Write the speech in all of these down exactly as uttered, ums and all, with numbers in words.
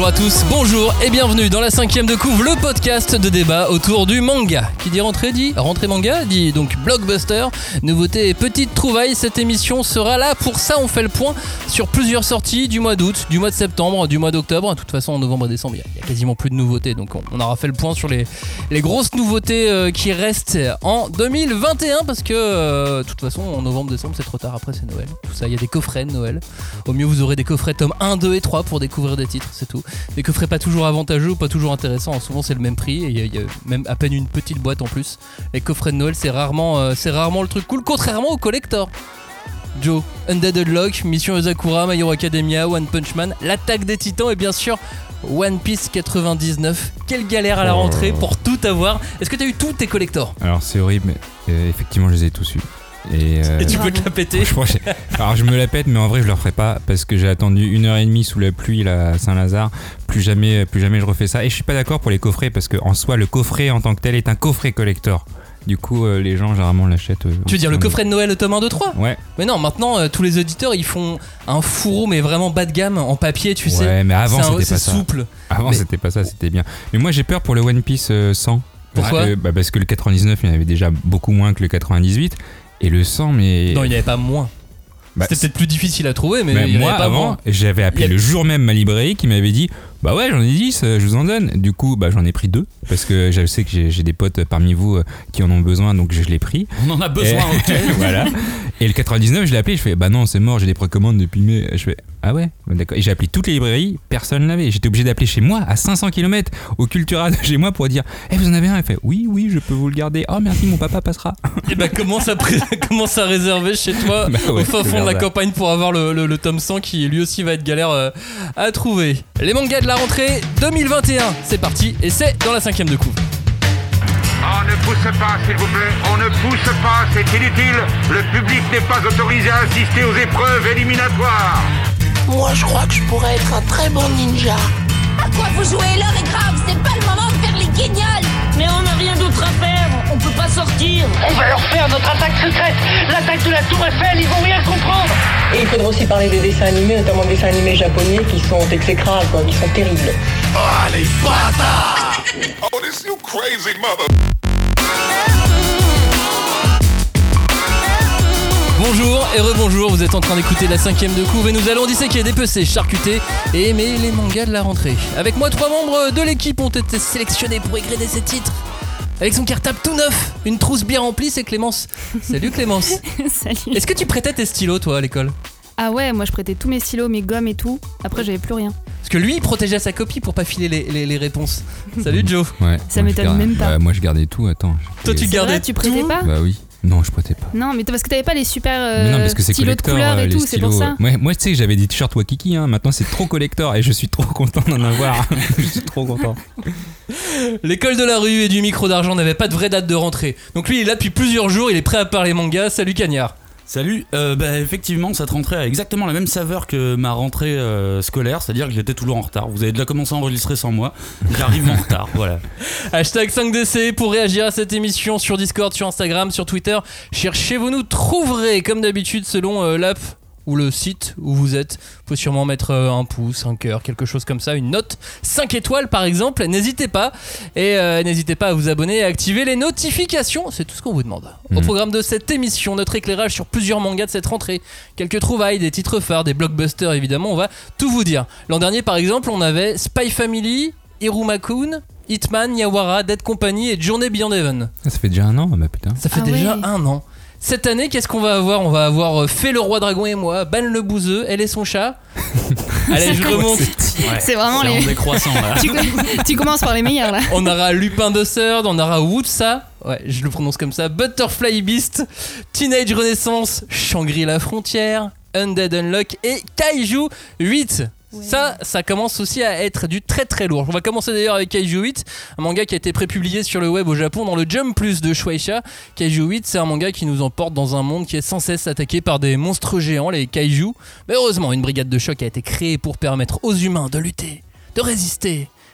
à tous, bonjour et bienvenue dans la cinquième de couve, le podcast de débat autour du manga. Qui dit rentrée dit rentrée manga, dit donc blockbuster, nouveauté et petite trouvaille. Cette émission sera là pour ça. On fait le point sur plusieurs sorties du mois d'août, du mois de septembre, du mois d'octobre. De toute façon en novembre et décembre il y a quasiment plus de nouveautés, donc on, on aura fait le point sur les, les grosses nouveautés euh, qui restent en deux mille vingt et un, parce que euh, de toute façon en novembre décembre c'est trop tard, après c'est Noël, tout ça. Il y a des coffrets de Noël, au mieux vous aurez des coffrets tomes un, deux et trois pour découvrir des titres, c'est tout. Des coffrets pas toujours avantageux ou pas toujours intéressants, souvent c'est le même prix et il y, y a même à peine une petite boîte en plus. Les coffrets de Noël c'est rarement, euh, c'est rarement le truc cool, contrairement aux collectors. Joe, Undead Unlock, Mission Yozakura, My Hero Academia, One Punch Man, L'attaque des titans et bien sûr One Piece quatre-vingt-dix-neuf. Quelle galère à la rentrée pour tout avoir. Est-ce que t'as eu tous tes collectors ? Alors c'est horrible, mais euh, effectivement je les ai tous eus. Et, euh, et tu peux te la péter. Alors je me la pète, mais en vrai je le referai pas parce que j'ai attendu une heure et demie sous la pluie là, à Saint-Lazare. Plus jamais, plus jamais je refais ça. Et je suis pas d'accord pour les coffrets parce qu'en soi le coffret en tant que tel est un coffret collector. Du coup euh, les gens généralement l'achètent. Euh, tu veux dire le coffret de Noël tome un, deux, trois ? Ouais. Mais non, maintenant euh, tous les auditeurs ils font un fourreau mais vraiment bas de gamme en papier, tu ouais, sais. Ouais, mais avant c'est un, c'était c'est pas ça. souple. Avant mais... c'était pas ça, c'était bien. Mais moi j'ai peur pour le One Piece euh, cent. Pourquoi ? Parce que, bah, parce que le quatre-vingt-dix-neuf il y en avait déjà beaucoup moins que le quatre-vingt-dix-huit. Et le cent, mais... Non, il n'y avait pas moins. Bah, c'était peut-être plus difficile à trouver, mais bah, il y moi, avait pas avant, moins. J'avais appelé a... le jour même ma librairie qui m'avait dit « Bah ouais, j'en ai dix, je vous en donne. » Du coup, bah, j'en ai pris deux, parce que je sais que j'ai, j'ai des potes parmi vous qui en ont besoin, donc je l'ai pris. On en a besoin, et... ok. Voilà. Et le quatre-vingt-dix-neuf, je l'ai appelé, je fais « Bah non, c'est mort, j'ai des précommandes depuis mai. » Je fais « Ah ouais, d'accord. » Et j'ai appelé toutes les librairies, personne ne l'avait. J'étais obligé d'appeler chez moi, à cinq cents kilomètres, au Cultura de chez moi, pour dire « Eh, hey, vous en avez un ?» Elle fait « Oui, oui, je peux vous le garder. Oh merci, mon papa passera. » Et bah commence à, pré- commence à réserver chez toi, bah ouais, au fin fond de la ça. campagne, pour avoir le, le, le tome cent qui lui aussi va être galère euh, à trouver. Les mangas de la rentrée deux mille vingt et un, c'est parti et c'est dans la cinquième de couve. On ne pousse pas, s'il vous plaît, on ne pousse pas, c'est inutile. Le public n'est pas autorisé à assister aux épreuves éliminatoires. Moi, je crois que je pourrais être un très bon ninja. À quoi vous jouez ? L'heure est grave, c'est pas le moment de faire les guignols. Mais on n'a rien d'autre à faire, on peut pas sortir. On va leur faire notre attaque secrète, l'attaque de la Tour Eiffel, ils vont rien comprendre. Et il faudra aussi parler des dessins animés, notamment des dessins animés japonais qui sont exécrables, quoi, qui sont terribles. Oh, les bâtards! Oh, this you crazy mother... Bonjour et rebonjour, vous êtes en train d'écouter la cinquième de couve et nous allons disséquer, dépecer, charcuter et aimer les mangas de la rentrée. Avec moi, trois membres de l'équipe ont été sélectionnés pour égrener ces titres. Avec son cartable tout neuf, une trousse bien remplie, c'est Clémence. Salut Clémence. Salut. Est-ce que tu prêtais tes stylos toi à l'école ? Ah ouais, moi je prêtais tous mes stylos, mes gommes et tout. Après j'avais plus rien. Parce que lui il protégeait sa copie pour pas filer les, les, les réponses. Salut Joe. Ouais. Ça m'étonne même pas. Bah, moi je gardais tout, attends. Toi tu c'est gardais vrai, tu prêtais tout ? pas ? Bah oui. Non, je prêtais pas. Non, mais parce que t'avais pas les super euh, non, parce que c'est stylos de couleur et tout, stylos, c'est pour ça. Ouais, moi, tu sais que j'avais des t-shirts Wakiki, hein. Maintenant c'est trop collector et je suis trop content d'en avoir. Je suis trop content. L'école de la rue et du micro d'argent n'avait pas de vraie date de rentrée. Donc lui il est là depuis plusieurs jours, il est prêt à parler manga. Salut Cagnard. Salut, euh, bah effectivement cette rentrée a exactement la même saveur que ma rentrée euh, scolaire, c'est-à-dire que j'étais toujours en retard. Vous avez déjà commencé à enregistrer sans moi, j'arrive en retard, voilà. Hashtag cinq D C pour réagir à cette émission sur Discord, sur Instagram, sur Twitter. Cherchez, vous nous trouverez comme d'habitude selon euh, l'app ou le site où vous êtes. Vous pouvez sûrement mettre euh, un pouce, un cœur, quelque chose comme ça, une note, cinq étoiles par exemple, n'hésitez pas. Et euh, n'hésitez pas à vous abonner et à activer les notifications, c'est tout ce qu'on vous demande. Mmh. Au programme de cette émission, notre éclairage sur plusieurs mangas de cette rentrée, quelques trouvailles, des titres phares, des blockbusters évidemment, on va tout vous dire. L'an dernier par exemple, on avait Spy Family, Iruma-kun, Hitman, Yawara, Dead Company et Journey Beyond Heaven. Ça fait déjà un an, bah putain. Ça fait ah déjà ouais. un an. Cette année, qu'est-ce qu'on va avoir ? On va avoir Fait le Roi Dragon et moi, Ban le Bouseux, Elle et son chat. Allez, je remonte. Ouais, c'est vraiment c'est les. décroissant là. tu, tu commences par les meilleurs là. On aura Lupin the Third, on aura Wootsa, ouais, je le prononce comme ça, Butterfly Beast, Teenage Renaissance, Shangri-La Frontière, Undead Unlock et Kaiju huit. Ouais. Ça, ça commence aussi à être du très très lourd. On va commencer d'ailleurs avec Kaiju huit, un manga qui a été prépublié sur le web au Japon dans le Jump Plus de Shueisha. Kaiju huit, c'est un manga qui nous emporte dans un monde qui est sans cesse attaqué par des monstres géants, les Kaiju. Mais heureusement, une brigade de choc a été créée pour permettre aux humains de lutter, de résister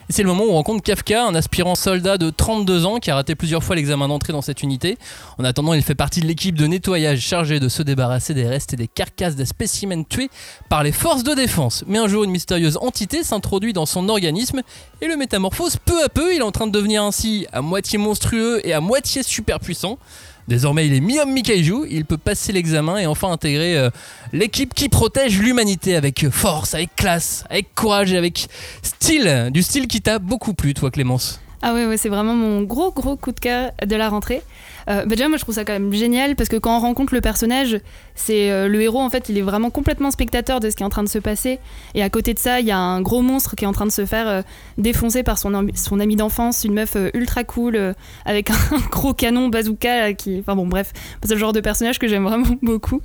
Et c'est le moment où on rencontre Kafka, un aspirant soldat de trente-deux ans qui a raté plusieurs fois l'examen d'entrée dans cette unité. En attendant, il fait partie de l'équipe de nettoyage chargée de se débarrasser des restes et des carcasses des spécimens tués par les forces de défense. Mais un jour, une mystérieuse entité s'introduit dans son organisme et le métamorphose peu à peu. Il est en train de devenir ainsi à moitié monstrueux et à moitié super puissant. Désormais, il est mi-homme, mi-kaiju, il peut passer l'examen et enfin intégrer euh, l'équipe qui protège l'humanité avec force, avec classe, avec courage et avec style. Du style qui t'a beaucoup plu, toi, Clémence. Ah ouais, ouais, c'est vraiment mon gros gros coup de cœur de la rentrée. Euh, bah déjà moi je trouve ça quand même génial parce que quand on rencontre le personnage, c'est euh, le héros en fait, il est vraiment complètement spectateur de ce qui est en train de se passer. Et à côté de ça, il y a un gros monstre qui est en train de se faire euh, défoncer par son, amb- son ami d'enfance, une meuf euh, ultra cool euh, avec un gros canon bazooka euh, qui, enfin bon bref, c'est le genre de personnage que j'aime vraiment beaucoup.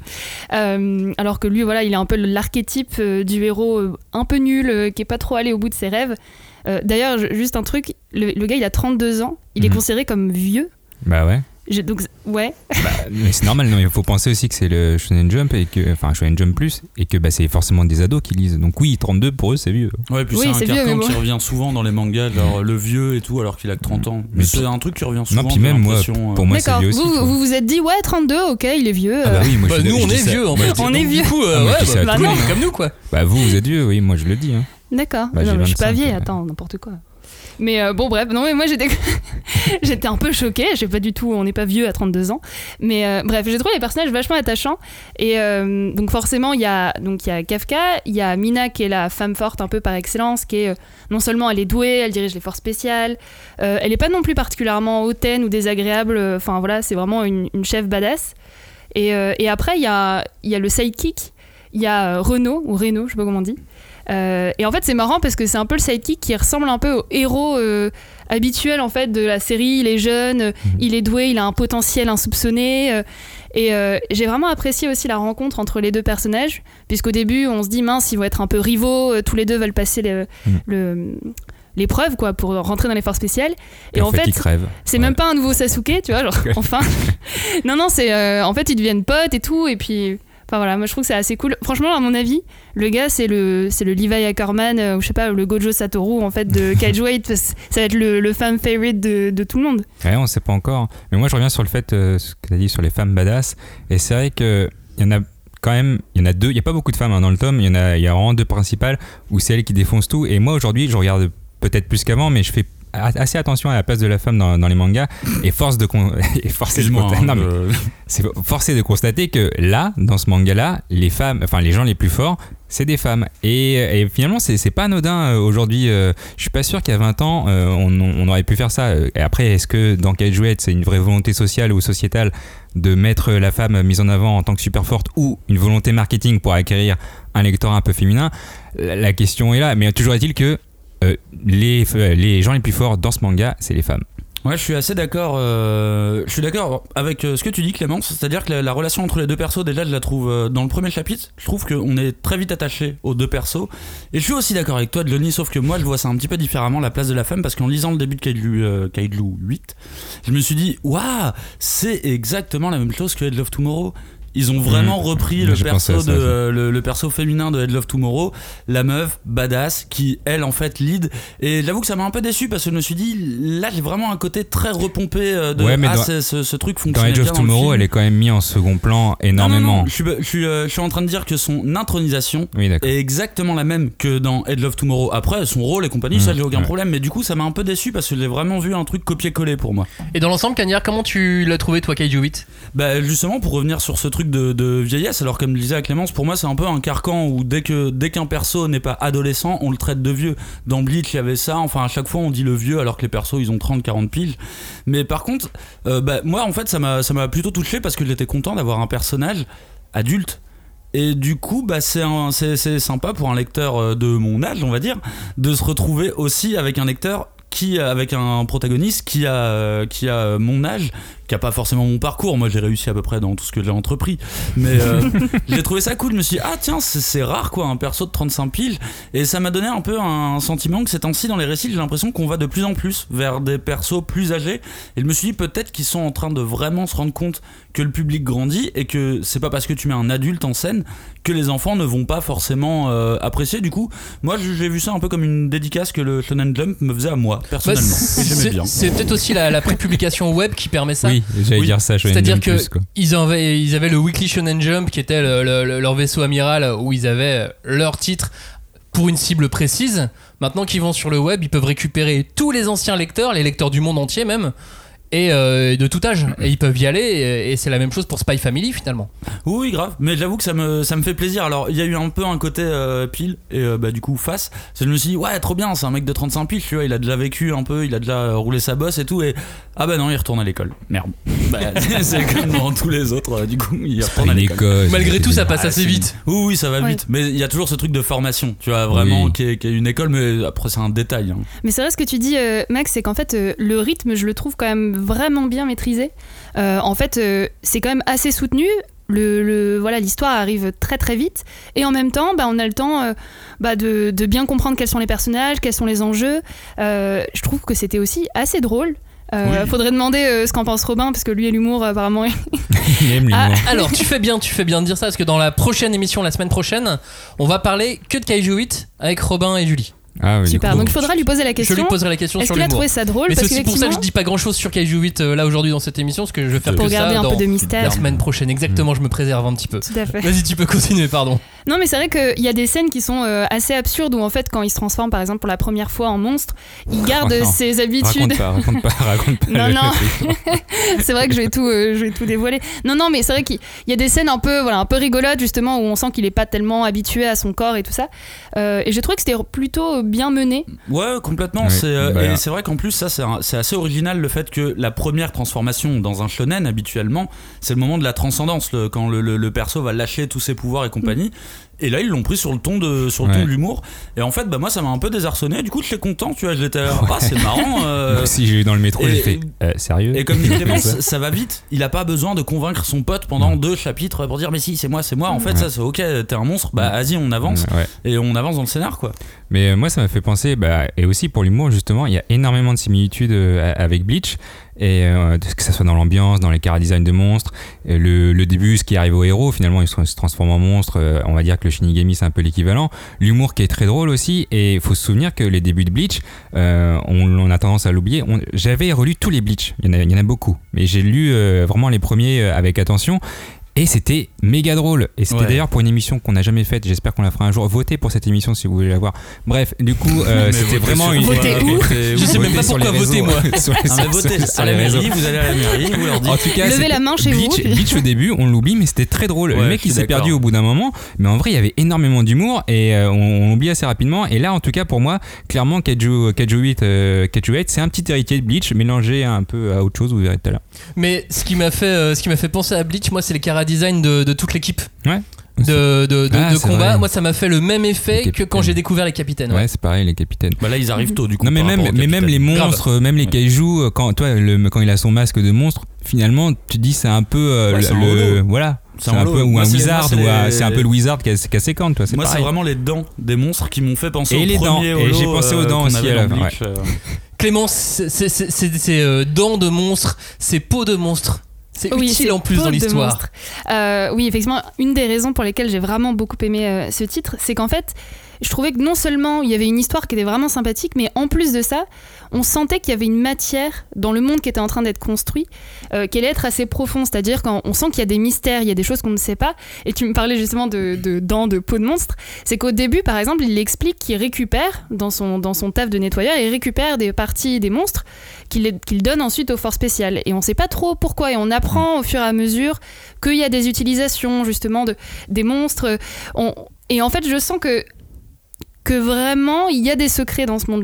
Euh, alors que lui voilà, il est un peu l'archétype euh, du héros euh, un peu nul, euh, qui est pas trop allé au bout de ses rêves. Euh, d'ailleurs, juste un truc, le, le gars il a trente-deux ans, il mmh. est considéré comme vieux. Bah ouais. J'ai, donc, ouais. Bah, mais c'est normal, non, il faut penser aussi que c'est le Shonen Jump, et que, enfin Shonen Jump Plus, et que bah, c'est forcément des ados qui lisent. Donc oui, trente-deux pour eux c'est vieux. Ouais, puis oui, c'est, c'est un vieux, carcan qui bon. revient souvent dans les mangas, genre le vieux et tout, alors qu'il a que trente ans. Mais, mais c'est un truc qui revient souvent. Non, puis même moi, pour moi D'accord. c'est vieux aussi. Vous vous, vous êtes dit, ouais, trente-deux, ok, il est vieux. Ah bah oui, moi, bah, je nous je on est vieux en fait. On est vieux. Du coup, euh, ah, ouais, bah, bah, bah, comme nous quoi. Bah vous, vous êtes vieux, oui, moi je le dis. Hein. D'accord. Bah, non, mais je suis pas vieille, ouais. attends, n'importe quoi. Mais euh, bon bref, non mais moi j'étais j'étais un peu choquée, j'ai pas du tout, on n'est pas vieux à trente-deux ans. Mais euh, bref, j'ai trouvé les personnages vachement attachants et euh, donc forcément il y a donc il y a Kafka, il y a Mina qui est la femme forte un peu par excellence, qui est euh, non seulement elle est douée, elle dirige les forces spéciales, euh, elle est pas non plus particulièrement hautaine ou désagréable, enfin euh, voilà, c'est vraiment une, une chef badass. Et, euh, et après il y a il y a le sidekick, il y a euh, Renaud ou Reno, je sais pas comment on dit. Euh, et en fait c'est marrant parce que c'est un peu le sidekick qui ressemble un peu au héros euh, habituel en fait de la série. Il est jeune, mmh. il est doué, il a un potentiel insoupçonné euh, et euh, j'ai vraiment apprécié aussi la rencontre entre les deux personnages, puisqu'au début on se dit mince, ils vont être un peu rivaux, euh, tous les deux veulent passer le, mmh. le, l'épreuve quoi, pour rentrer dans les forces spéciales et, et en, en fait, fait c'est ouais. même pas un nouveau Sasuke, tu vois, genre enfin non non c'est euh, en fait ils deviennent potes et tout, et puis enfin voilà, moi je trouve que c'est assez cool. Franchement, à mon avis, le gars c'est le c'est le Levi Ackerman euh, ou je sais pas, le Gojo Satoru en fait de Kaiju huit. Ça va être le, le fan favorite de, de tout le monde. Ouais, on sait pas encore. Mais moi je reviens sur le fait euh, ce que tu as dit sur les femmes badass, et c'est vrai que il y en a quand même, il y en a deux, il y a pas beaucoup de femmes hein, dans le tome, il y en a il y a vraiment deux principales où c'est elles qui défoncent tout, et moi aujourd'hui, je regarde peut-être plus qu'avant, mais je fais assez attention à la place de la femme dans, dans les mangas, et force de con... et force de constater... non, mais c'est forcé de constater que là dans ce manga là les femmes, enfin les gens les plus forts c'est des femmes, et, et finalement c'est, c'est pas anodin aujourd'hui. euh, je suis pas sûr qu'il y a vingt ans euh, on, on aurait pu faire ça. Et après, est-ce que dans Kaiju huit c'est une vraie volonté sociale ou sociétale de mettre la femme mise en avant en tant que super forte, ou une volonté marketing pour acquérir un lectorat un peu féminin? La, la question est là, mais toujours est-il que Euh, les, les gens les plus forts dans ce manga, c'est les femmes. Ouais, je suis assez d'accord. Euh, je suis d'accord avec euh, ce que tu dis, Clémence. C'est-à-dire que la, la relation entre les deux persos, déjà, je la trouve euh, dans le premier chapitre. Je trouve qu'on est très vite attaché aux deux persos. Et je suis aussi d'accord avec toi, Johnny, sauf que moi, je vois ça un petit peu différemment, la place de la femme, parce qu'en lisant le début de Kaiju, euh, Kaiju huit, je me suis dit, waouh, c'est exactement la même chose que Head of Tomorrow. Ils ont vraiment mmh. repris le perso, ça, de, euh, le, le perso féminin de Head of Tomorrow, la meuf badass qui, elle, en fait, lead. Et j'avoue que ça m'a un peu déçu parce que je me suis dit, là, j'ai vraiment un côté très repompé euh, de ouais, mais ah, dans, c'est, ce, ce truc fonctionne bien. Dans Head of Tomorrow, elle est quand même mise en second plan énormément. Non, non, non. Je, suis, je, suis, euh, je suis en train de dire que son intronisation oui, est exactement la même que dans Head of Tomorrow. Après, son rôle et compagnie, mmh, ça, j'ai aucun ouais. problème. Mais du coup, ça m'a un peu déçu parce que j'ai vraiment vu un truc copier-coller pour moi. Et dans l'ensemble, Cagnard, comment tu l'as trouvé, toi, Kaiju huit? Bah, justement, pour revenir sur ce truc de, de vieillesse, alors comme disait Clémence, pour moi c'est un peu un carcan où dès, que, dès qu'un perso n'est pas adolescent, on le traite de vieux. Dans Bleach il y avait ça, enfin à chaque fois on dit le vieux alors que les persos ils ont trente quarante piges. Mais par contre, euh, bah, moi en fait ça m'a, ça m'a plutôt touché parce que j'étais content d'avoir un personnage adulte. Et du coup bah, c'est, un, c'est, c'est sympa pour un lecteur de mon âge, on va dire, de se retrouver aussi avec un lecteur qui, avec un protagoniste qui a, qui a mon âge, qui a pas forcément mon parcours. Moi, j'ai réussi à peu près dans tout ce que j'ai entrepris. Mais euh, j'ai trouvé ça cool. Je me suis dit, ah tiens, c'est, c'est rare quoi, un perso de trente-cinq piges. Et ça m'a donné un peu un sentiment que ces temps-ci, dans les récits, j'ai l'impression qu'on va de plus en plus vers des persos plus âgés. Et je me suis dit, peut-être qu'ils sont en train de vraiment se rendre compte que le public grandit et que c'est pas parce que tu mets un adulte en scène que les enfants ne vont pas forcément euh, apprécier. Du coup, moi, j'ai vu ça un peu comme une dédicace que le Shonen Jump me faisait à moi, personnellement. Bah, et j'aimais c'est, bien. C'est peut-être aussi la, la prépublication web qui permet ça. Oui, j'allais oui. dire ça. C'est-à-dire qu'ils avaient, ils avaient le Weekly Shonen Jump qui était le, le, leur vaisseau amiral où ils avaient leur titre pour une cible précise. Maintenant qu'ils vont sur le web, ils peuvent récupérer tous les anciens lecteurs, les lecteurs du monde entier même, et euh, de tout âge, et ils peuvent y aller, et, et c'est la même chose pour Spy Family finalement. Oui, grave, mais j'avoue que ça me, ça me fait plaisir. Alors il y a eu un peu un côté euh, pile et euh, bah, du coup face, je me suis dit ouais trop bien, c'est un mec de trente-cinq piges, tu vois, il a déjà vécu un peu, il a déjà roulé sa bosse et tout, et ah bah non, il retourne à l'école, merde. Bah, c'est comme dans tous les autres, du coup il retourne à l'école. École, malgré tout ça passe assez vite. Oui oui ça va ouais. vite, mais il y a toujours ce truc de formation, tu vois, vraiment oui. qui, est, qui est une école, mais après c'est un détail hein. Mais c'est vrai ce que tu dis euh, Max, c'est qu'en fait euh, le rythme je le trouve quand même vraiment bien maîtrisé. Euh, en fait euh, c'est quand même assez soutenu. Le, le, voilà, l'histoire arrive très très vite et en même temps bah, on a le temps euh, bah, de, de bien comprendre quels sont les personnages, quels sont les enjeux. Euh, je trouve que c'était aussi assez drôle. Euh, oui. Faudrait demander euh, ce qu'en pense Robin parce que lui et l'humour apparemment il aime l'humour. Ah, alors tu fais bien tu fais bien de dire ça parce que dans la prochaine émission la semaine prochaine on va parler que de Kaiju huit avec Robin et Julie. Ah oui, super, donc il faudra lui poser la question. Je lui poserai la question Est-ce sur qu'il l'humour. a trouvé ça drôle? Mais parce c'est aussi pour ça que je dis pas grand chose sur Kaiju huit euh, là aujourd'hui dans cette émission, parce que je vais faire pour que garder ça un dans peu de mystère. La semaine prochaine, exactement, je me préserve un petit peu. Tout à fait. Vas-y, tu peux continuer, pardon. Non, mais c'est vrai qu'il y a des scènes qui sont euh, assez absurdes où en fait, quand il se transforme par exemple pour la première fois en monstre, il garde oh ses habitudes. Raconte pas, raconte pas, raconte pas. Non, non. C'est vrai que je vais tout, euh, je vais tout dévoiler. Non, non, mais c'est vrai qu'il y a des scènes un peu, voilà, un peu rigolotes justement où on sent qu'il est pas tellement habitué à son corps et tout ça. Euh, et j'ai trouvé que c'était plutôt bien mené. Ouais, complètement. Oui, c'est, euh, bah, et c'est vrai qu'en plus, ça, c'est, un, c'est assez original le fait que la première transformation dans un shonen, habituellement, c'est le moment de la transcendance, le, quand le, le, le perso va lâcher tous ses pouvoirs et compagnie. Mmh. Et là ils l'ont pris sur le ton de sur le ouais. ton de l'humour et en fait bah moi ça m'a un peu désarçonné, du coup j'étais content, tu vois, j'étais ah ouais. c'est marrant euh... Moi aussi j'ai eu dans le métro, et, j'ai fait euh, sérieux, et comme dit Clémence ça va vite, il a pas besoin de convaincre son pote pendant ouais. deux chapitres pour dire mais si c'est moi c'est moi en fait ouais. ça c'est ok, t'es un monstre, bah vas-y on avance ouais. et on avance dans le scénar quoi. Mais euh, moi ça m'a fait penser bah, et aussi pour l'humour justement il y a énormément de similitudes euh, avec Bleach. Et euh, que ça soit dans l'ambiance, dans les chara-design de monstres, le, le début, ce qui arrive au héros, finalement il se transforme en monstre, euh, on va dire que le Shinigami c'est un peu l'équivalent, l'humour qui est très drôle aussi, et il faut se souvenir que les débuts de Bleach, euh, on, on a tendance à l'oublier, on, j'avais relu tous les Bleach, il y en a, il y en a beaucoup, mais j'ai lu euh, vraiment les premiers avec attention, et c'était méga drôle. Et c'était ouais. d'ailleurs pour une émission qu'on n'a jamais faite. J'espère qu'on la fera un jour. Votez pour cette émission si vous voulez la voir. Bref, du coup, euh, c'était vraiment une. Votez où ? Je sais même pas pourquoi voter moi. Sur les, ah, votez sur, sur à la mairie. Vous allez à la mairie. Vous leur dites. En tout cas, levez la main chez Bleach, vous. Bleach au début, on l'oublie, mais c'était très drôle. Ouais, le mec, il s'est d'accord. perdu au bout d'un moment, mais en vrai, il y avait énormément d'humour et euh, on, on l'oublie assez rapidement. Et là, en tout cas, pour moi, clairement, Kaiju, Kaiju huit, euh, Kaiju huit, c'est un petit héritier de Bleach mélangé un peu à autre chose. Vous verrez tout à l'heure. Mais ce qui m'a fait, euh, ce qui m'a fait penser à Bleach, moi, c'est les chara-design de, de toute l'équipe. Ouais. de, de, de, ah, de combat. vrai. Moi, ça m'a fait le même effet que quand j'ai découvert les capitaines. Ouais, ouais c'est pareil, les capitaines. Bah là, ils arrivent tôt, du coup. Non, mais même, mais même les monstres, Grave. même les kaiju, quand, toi, le, quand il a son masque de monstre, finalement, tu te dis, c'est un peu euh, ouais, le. le voilà. C'est, c'est un peu ou un wizard, ou un, c'est un peu le wizard qui a, qui a ses cornes, toi. C'est moi, pareil. c'est vraiment les dents des monstres qui m'ont fait penser et au les premier dents. holo. Et j'ai pensé aux dents euh, aussi à la fin. Ouais. Euh... Clémence, c'est, c'est, c'est, c'est, c'est euh, dents de monstres, c'est peau de monstre. C'est oui, utile c'est en plus dans l'histoire. Euh, oui, effectivement, une des raisons pour lesquelles j'ai vraiment beaucoup aimé euh, ce titre, c'est qu'en fait, je trouvais que non seulement il y avait une histoire qui était vraiment sympathique, mais en plus de ça, on sentait qu'il y avait une matière dans le monde qui était en train d'être construit, euh, qui allait être assez profond, c'est-à-dire qu'on sent qu'il y a des mystères, il y a des choses qu'on ne sait pas. Et tu me parlais justement de, de dents, de peau de monstre. C'est qu'au début, par exemple, il explique qu'il récupère, dans son, dans son taf de nettoyeur, il récupère des parties des monstres qu'il, qu'il donne ensuite aux forces spéciales. Et on ne sait pas trop pourquoi. Et on apprend au fur et à mesure qu'il y a des utilisations justement de, des monstres. On, et en fait, je sens que que vraiment il y a des secrets dans ce monde-là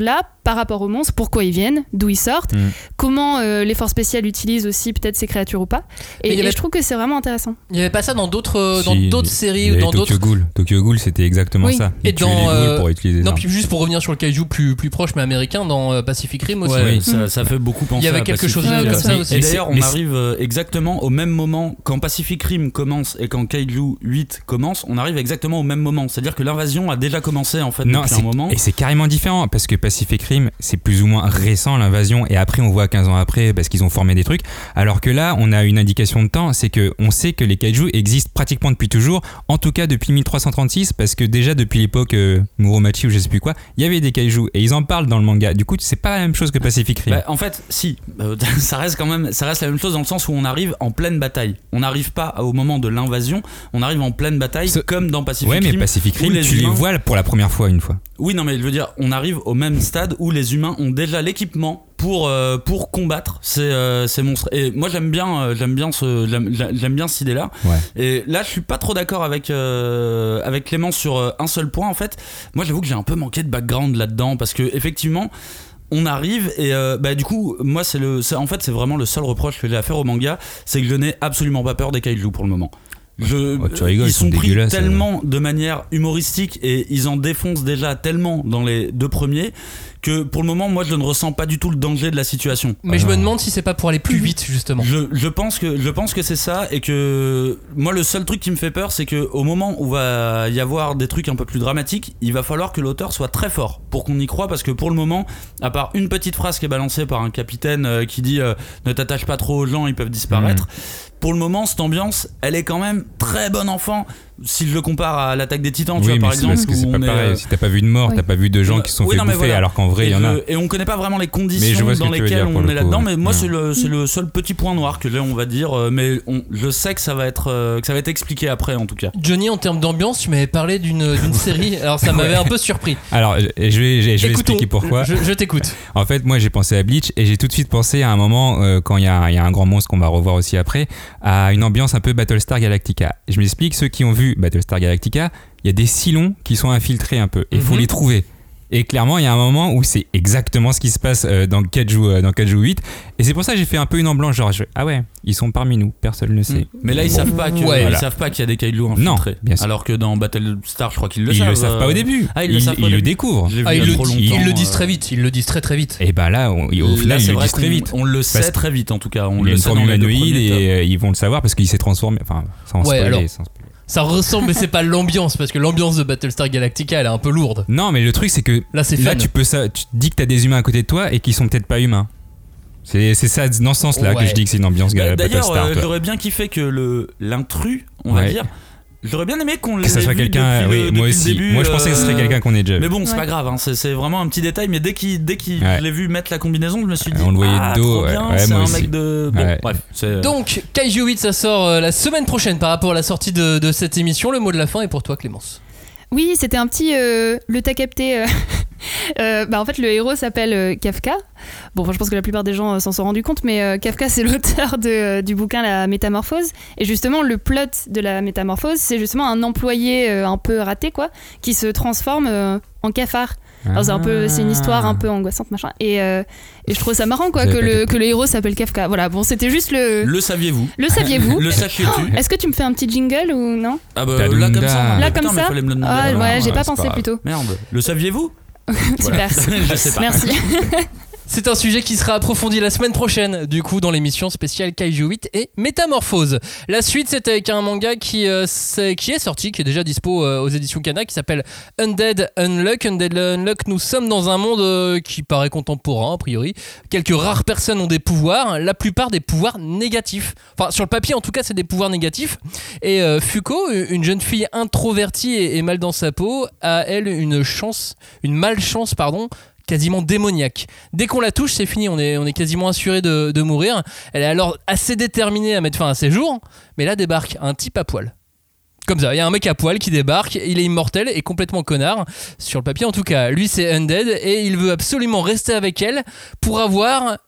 par rapport aux monstres, pourquoi ils viennent, d'où ils sortent, mm. comment euh, les forces spéciales utilisent aussi peut-être ces créatures ou pas. Et, avait... et je trouve que c'est vraiment intéressant. Il n'y avait pas ça dans d'autres, dans si, d'autres séries ou dans Tokyo d'autres. Ghoul. Tokyo Ghoul, c'était exactement oui. ça. Et dans euh... pour utiliser non, puis juste pour revenir sur le kaiju plus plus proche mais américain, dans euh, Pacific Rim aussi. Ouais, oui, ça, mm. ça fait beaucoup penser. Il y avait à quelque Pacific chose ouais, comme ça aussi. Et d'ailleurs, on mais arrive exactement au même moment quand Pacific Rim commence et quand Kaiju huit commence. On arrive exactement au même moment. C'est-à-dire que l'invasion a déjà commencé en fait non, depuis c'est... un moment. Et c'est carrément différent parce que Pacific Rim, c'est plus ou moins récent l'invasion et après on voit quinze ans après parce qu'ils ont formé des trucs. Alors que là, on a une indication de temps, c'est que on sait que les kaiju existent pratiquement depuis toujours, en tout cas depuis mille trois cent trente-six, parce que déjà depuis l'époque euh, Muromachi ou je sais plus quoi, il y avait des kaiju et ils en parlent dans le manga. Du coup, c'est pas la même chose que Pacific Rim. Bah, en fait, si, euh, ça reste quand même, ça reste la même chose dans le sens où on arrive en pleine bataille. On n'arrive pas au moment de l'invasion, on arrive en pleine bataille Ce... comme dans Pacific Rim. Ouais, mais Pacific Rim, les tu humains... les vois pour la première fois une fois. Oui, non, mais je veux dire, on arrive au même stade où les humains ont déjà l'équipement pour euh, pour combattre ces euh, ces monstres. Et moi, j'aime bien euh, j'aime bien ce j'aime, j'aime bien cette idée là. Ouais. Et là, je suis pas trop d'accord avec euh, avec Clément sur euh, un seul point en fait. Moi, j'avoue que j'ai un peu manqué de background là-dedans parce que effectivement. On arrive et euh, bah du coup moi c'est le c'est, en fait c'est vraiment le seul reproche que j'ai à faire au manga, c'est que je n'ai absolument pas peur des kaiju pour le moment. Je, oh, tu rigoles, ils, ils sont, sont pris tellement euh... de manière humoristique et ils en défoncent déjà tellement dans les deux premiers que pour le moment moi je ne ressens pas du tout le danger de la situation. Mais ah je non. me demande si c'est pas pour aller plus vite justement. Je, je pense que je pense que c'est ça et que moi le seul truc qui me fait peur c'est que au moment où va y avoir des trucs un peu plus dramatiques, il va falloir que l'auteur soit très fort pour qu'on y croie parce que pour le moment, à part une petite phrase qui est balancée par un capitaine euh, qui dit euh, ne t'attache pas trop aux gens, ils peuvent disparaître. Mmh. Pour le moment, cette ambiance, elle est quand même très bon enfant. Si je le compare à l'Attaque des Titans, oui, tu vois, par c'est exemple, parce que c'est pas pareil. Est... Si t'as pas vu de mort, oui. t'as pas vu de gens qui se sont oui, fait non, bouffer, voilà. Alors qu'en vrai, il y en a. Et on connaît pas vraiment les conditions dans lesquelles on est là-dedans. Mais moi, c'est le, c'est le seul petit point noir que j'ai, on va dire. Mais on, je sais que ça va être, que ça va être expliqué après, en tout cas. Johnny, en termes d'ambiance, tu m'avais parlé d'une, d'une série. Alors ça m'avait un peu surpris. Alors, je vais, je vais, je vais expliquer pourquoi. Je, je t'écoute. En fait, moi, j'ai pensé à Bleach et j'ai tout de suite pensé à un moment euh, quand il y a, il y a un grand monstre qu'on va revoir aussi après, à une ambiance un peu Battlestar Galactica. Je m'explique, ceux qui ont vu Battlestar Galactica, il y a des Cylons qui sont infiltrés un peu et il faut mm-hmm. les trouver. Et clairement, il y a un moment où c'est exactement ce qui se passe euh, dans Kaiju euh, dans Kaiju huit et c'est pour ça que j'ai fait un peu une en blanc genre je... ah ouais, ils sont parmi nous, personne ne le sait. Mais là ils bon. savent pas que ouais, ils voilà. savent pas qu'il y a des Kaiju infiltrés. Non, bien sûr. Alors que dans Battlestar, je crois qu'ils le ils savent. Ils le savent pas au début. Ah, ils, ils le, savent ils le découvrent. Ah, ils, le, ils le disent très vite, ils le disent très très vite. Et bah là on, au final là, ils le disent très vite. On le sait très vite en tout cas, on il y a le une sait forme dans les deux humanoïde et premiers ils vont le savoir parce qu'il s'est transformé enfin sans ouais, spoiler, alors, sans spoiler. Ça ressemble, mais c'est pas l'ambiance, parce que l'ambiance de Battlestar Galactica, elle est un peu lourde. Non, mais le truc, c'est que là, c'est là fun. tu peux ça, tu te dis que t'as des humains à côté de toi et qui sont peut-être pas humains. C'est, c'est ça, dans ce sens-là, ouais. que je dis que c'est une ambiance bah, D'ailleurs, Battlestar. euh, j'aurais bien kiffé que le, l'intrus, on ouais. va dire. J'aurais bien aimé qu'on que l'ait ça soit vu quelqu'un, depuis oui, le, moi depuis aussi. le début. Moi, je pensais que ce serait quelqu'un qu'on ait déjà vu. Mais bon, c'est ouais. pas grave, hein, c'est, c'est vraiment un petit détail. Mais dès qu'il, dès qu'il, ouais. je l'ai vu mettre la combinaison, je me suis dit, on le voyait ah, de dos, trop bien, ouais, c'est moi un aussi. mec de. Bon, ouais. bref. C'est... Donc, Kaiju huit, ça sort euh, la semaine prochaine par rapport à la sortie de, de cette émission. Le mot de la fin est pour toi, Clémence. Oui, c'était un petit euh, le t'as capté. Euh, euh, bah en fait, le héros s'appelle euh, Kafka. Bon, enfin, je pense que la plupart des gens euh, s'en sont rendus compte, mais euh, Kafka, c'est l'auteur de, euh, du bouquin La Métamorphose. Et justement, le plot de La Métamorphose, c'est justement un employé euh, un peu raté, quoi, qui se transforme euh, en cafard. Alors c'est un peu, c'est une histoire un peu angoissante machin et, euh, et je trouve ça marrant quoi que le, que le héros s'appelle Kafka. Voilà, bon c'était juste le. Le saviez-vous Le saviez-vous Le sachiez-tu oh, est-ce que tu me fais un petit jingle ou non? Ah bah là comme ça. Là putain, comme ça. Ah ouais, ouais j'ai pas pensé plutôt. Merde. Le saviez-vous Super. Je sais pas. Merci. C'est un sujet qui sera approfondi la semaine prochaine, du coup, dans l'émission spéciale Kaiju huit et Métamorphose. La suite, c'est avec un manga qui, euh, c'est, qui est sorti, qui est déjà dispo euh, aux éditions Kana, qui s'appelle Undead Unluck. Undead Unluck, nous sommes dans un monde euh, qui paraît contemporain, a priori. Quelques rares personnes ont des pouvoirs, la plupart des pouvoirs négatifs. Enfin, sur le papier, en tout cas, c'est des pouvoirs négatifs. Et euh, Fuko, une jeune fille introvertie et, et mal dans sa peau, a, elle, une chance, une malchance, pardon, quasiment démoniaque. Dès qu'on la touche, c'est fini, on est, on est quasiment assuré de, de mourir. Elle est alors assez déterminée à mettre fin à ses jours, mais là débarque un type à poil. Comme ça, il y a un mec à poil qui débarque, il est immortel et complètement connard, sur le papier en tout cas. Lui c'est Undead et il veut absolument rester avec elle pour avoir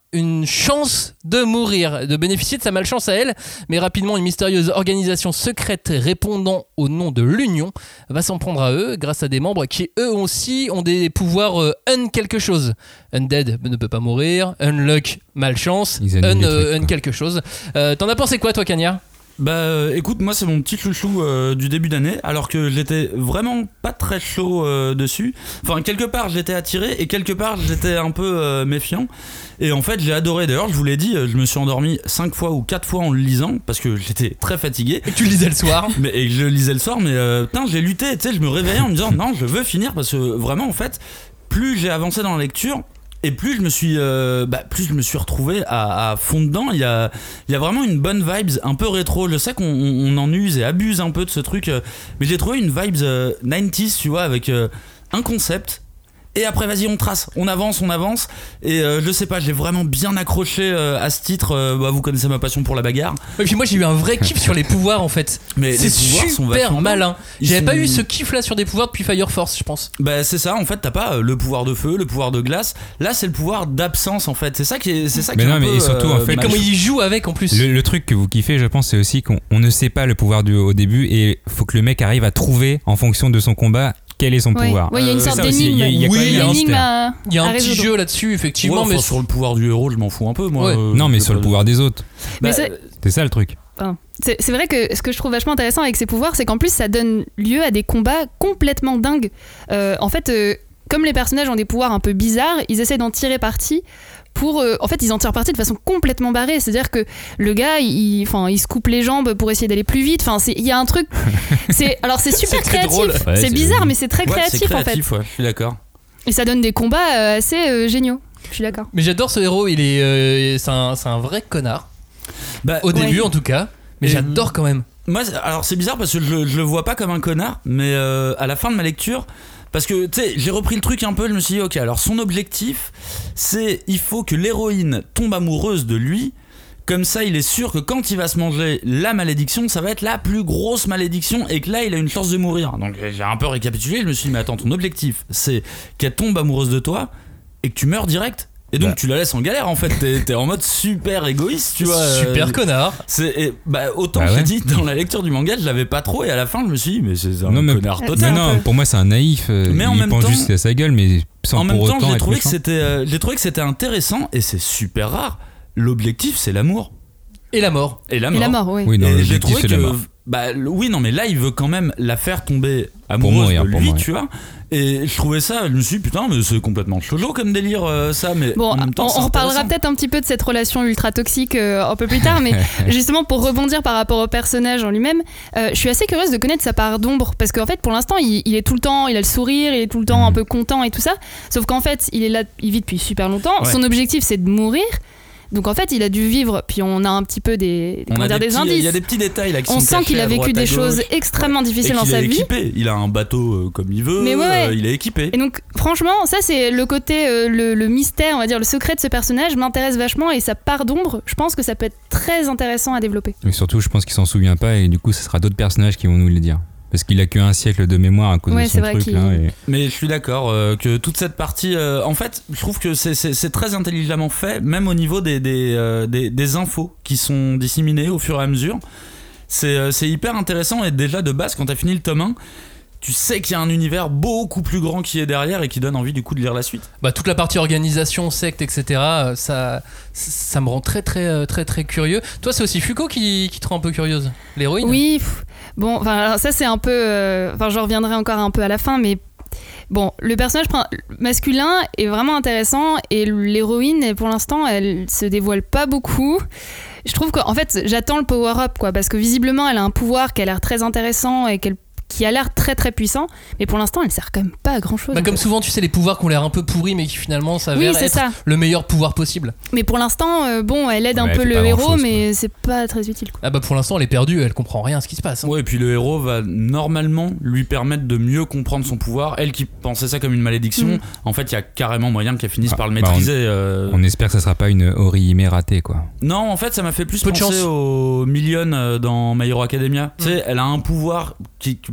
une chance de mourir, de bénéficier de sa malchance à elle, mais rapidement une mystérieuse organisation secrète répondant au nom de l'Union va s'en prendre à eux grâce à des membres qui eux aussi ont des pouvoirs euh, un quelque chose. Undead ne peut pas mourir, Unluck malchance, un, euh, un quelque chose. Euh, t'en as pensé quoi toi Kanya ? Bah euh, écoute, moi c'est mon petit chouchou euh, du début d'année, alors que j'étais vraiment pas très chaud euh, dessus. Enfin, quelque part j'étais attiré et quelque part j'étais un peu euh, méfiant. Et en fait j'ai adoré, d'ailleurs je vous l'ai dit, je me suis endormi cinq fois ou quatre fois en le lisant parce que j'étais très fatigué. Et tu le lisais le soir. mais, Et je le lisais le soir, mais euh, putain j'ai lutté, tu sais, je me réveillais en me disant non je veux finir parce que vraiment en fait, plus j'ai avancé dans la lecture, et plus je me suis, euh, bah, plus je me suis retrouvé à, à fond dedans. Il y a, il y a vraiment une bonne vibes, un peu rétro. Je sais qu'on on, on en use et abuse un peu de ce truc, euh, mais j'ai trouvé une vibes euh, quatre-vingt-dix, tu vois, avec euh, un concept. Et après, vas-y, on trace, on avance, on avance. Et euh, je sais pas, j'ai vraiment bien accroché euh, à ce titre. Euh, bah, vous connaissez ma passion pour la bagarre. Et puis moi, j'ai eu un vrai kiff sur les pouvoirs en fait. Mais c'est super malin. J'avais sont... pas eu ce kiff là sur des pouvoirs depuis Fire Force, je pense. Bah, c'est ça, en fait, t'as pas euh, le pouvoir de feu, le pouvoir de glace. Là, c'est le pouvoir d'absence en fait. C'est ça qui est, c'est ça qui mais est non, un mais peu. Et surtout, euh, en fait, comment il joue avec en plus. Le, le truc que vous kiffez, je pense, c'est aussi qu'on on ne sait pas le pouvoir du, au début et faut que le mec arrive à trouver en fonction de son combat. Quel est son ouais. pouvoir. Oui, il y a une euh, sorte d'énigme. Il y a, il y a, oui, il y a, énigme à, il y a un petit résoudre. jeu là-dessus, effectivement. Ouais, mais sur le pouvoir du héros, je m'en fous un peu, moi. Ouais. Euh, non, mais sur le pas... pouvoir des autres. Mais bah, c'est... c'est ça le truc. Enfin, c'est, c'est vrai que ce que je trouve vachement intéressant avec ces pouvoirs, c'est qu'en plus, ça donne lieu à des combats complètement dingues. Euh, en fait, euh, comme les personnages ont des pouvoirs un peu bizarres, ils essaient d'en tirer parti. Pour, euh, en fait, ils en tirent parti de façon complètement barrée. C'est-à-dire que le gars, il, il, il se coupe les jambes pour essayer d'aller plus vite. Enfin, il y a un truc. C'est, alors, c'est super c'est créatif. drôle. Ouais, c'est, c'est bizarre, mais c'est très ouais, créatif, c'est créatif en fait. Ouais, je suis d'accord. Et ça donne des combats euh, assez euh, géniaux. Je suis d'accord. Mais j'adore ce héros. Il est, euh, c'est, un, c'est un vrai connard. Bah, Au début, ouais. en tout cas. Mais Et j'adore quand même. Moi, alors c'est bizarre parce que je, je le vois pas comme un connard, mais euh, à la fin de ma lecture. Parce que tu sais, j'ai repris le truc un peu, je me suis dit ok, alors son objectif c'est il faut que l'héroïne tombe amoureuse de lui, comme ça il est sûr que quand il va se manger la malédiction, ça va être la plus grosse malédiction et que là il a une chance de mourir. Donc j'ai un peu récapitulé, je me suis dit mais attends, ton objectif c'est qu'elle tombe amoureuse de toi et que tu meurs direct. Et donc bah. tu la laisses en galère en fait, t'es, t'es en mode super égoïste, tu vois. Super euh, connard. C'est, et, bah, autant bah je ouais. dit dans la lecture du manga, je l'avais pas trop et à la fin je me suis dit mais c'est un non, mais, connard non, total. Non, non, pour moi c'est un naïf. Euh, mais en il même pense temps, juste à sa gueule, mais sans en pour même temps, autant j'ai être trouvé méchant. que c'était, euh, j'ai trouvé que c'était intéressant et c'est super rare. L'objectif c'est l'amour. Et la mort. Et la mort. Et la mort, oui. Oui, non, et j'ai l'objectif trouvé c'est que la mort. bah oui non mais là il veut quand même la faire tomber amoureuse mourir, de pour lui, mourir. tu vois. Et je trouvais ça, je me suis dit putain mais c'est complètement chojo comme délire euh, ça, mais bon, en même temps, on, on reparlera peut-être un petit peu de cette relation ultra toxique euh, un peu plus tard, mais justement pour rebondir par rapport au personnage en lui-même, euh, je suis assez curieuse de connaître sa part d'ombre parce qu'en fait pour l'instant il, il est tout le temps, il a le sourire, il est tout le temps un peu content et tout ça, sauf qu'en fait il est là, il vit depuis super longtemps, ouais. Son objectif c'est de mourir. Donc en fait, il a dû vivre, puis on a un petit peu des, on a dire, des, des petits, indices. Il y a des petits détails là qui on sont sent qu'il a vécu des choses extrêmement difficiles dans sa vie. Il est équipé, il a un bateau euh, comme il veut, mais ouais, ouais. Euh, il est équipé. Et donc franchement, ça c'est le côté, euh, le, le mystère, on va dire, le secret de ce personnage m'intéresse vachement et sa part d'ombre, je pense que ça peut être très intéressant à développer. Mais surtout, je pense qu'il s'en souvient pas et du coup, ce sera d'autres personnages qui vont nous le dire. Parce qu'il a qu'un siècle de mémoire à cause ouais, de son truc là. Et... Mais je suis d'accord euh, que toute cette partie, euh, en fait, je trouve que c'est, c'est, c'est très intelligemment fait, même au niveau des, des, euh, des, des infos qui sont disséminées au fur et à mesure. C'est, euh, c'est hyper intéressant et déjà de base, quand t'as fini le tome un, tu sais qu'il y a un univers beaucoup plus grand qui est derrière et qui donne envie du coup de lire la suite. Bah, toute la partie organisation, secte, et cetera, ça, ça me rend très très très très curieux. Toi, c'est aussi Fuko qui, qui te rend un peu curieuse, l'héroïne. Oui, pff, bon, enfin ça c'est un peu, enfin euh, je reviendrai encore un peu à la fin, mais bon, le personnage masculin est vraiment intéressant et l'héroïne, pour l'instant, elle se dévoile pas beaucoup. Je trouve qu'en fait, j'attends le power-up, quoi, parce que visiblement, elle a un pouvoir qui a l'air très intéressant et qu'elle qui a l'air très très puissant, mais pour l'instant elle sert quand même pas à grand chose. Bah comme fait. Souvent tu sais les pouvoirs qui ont l'air un peu pourris mais qui finalement s'avèrent oui, être ça. le meilleur pouvoir possible. Mais pour l'instant euh, bon elle aide ouais, un peu le héros chose, mais quoi. C'est pas très utile quoi. Ah bah pour l'instant elle est perdue, elle comprend rien à ce qui se passe. Hein. Ouais et puis le héros va normalement lui permettre de mieux comprendre son pouvoir. Elle qui pensait ça comme une malédiction, mmh. en fait il y a carrément moyen qu'elle finisse ah, par le maîtriser. Bah on, euh... on espère que ça sera pas une Orihime ratée quoi. Non en fait ça m'a fait plus peu penser au Million dans My Hero Academia. Mmh. Tu sais elle a un pouvoir qui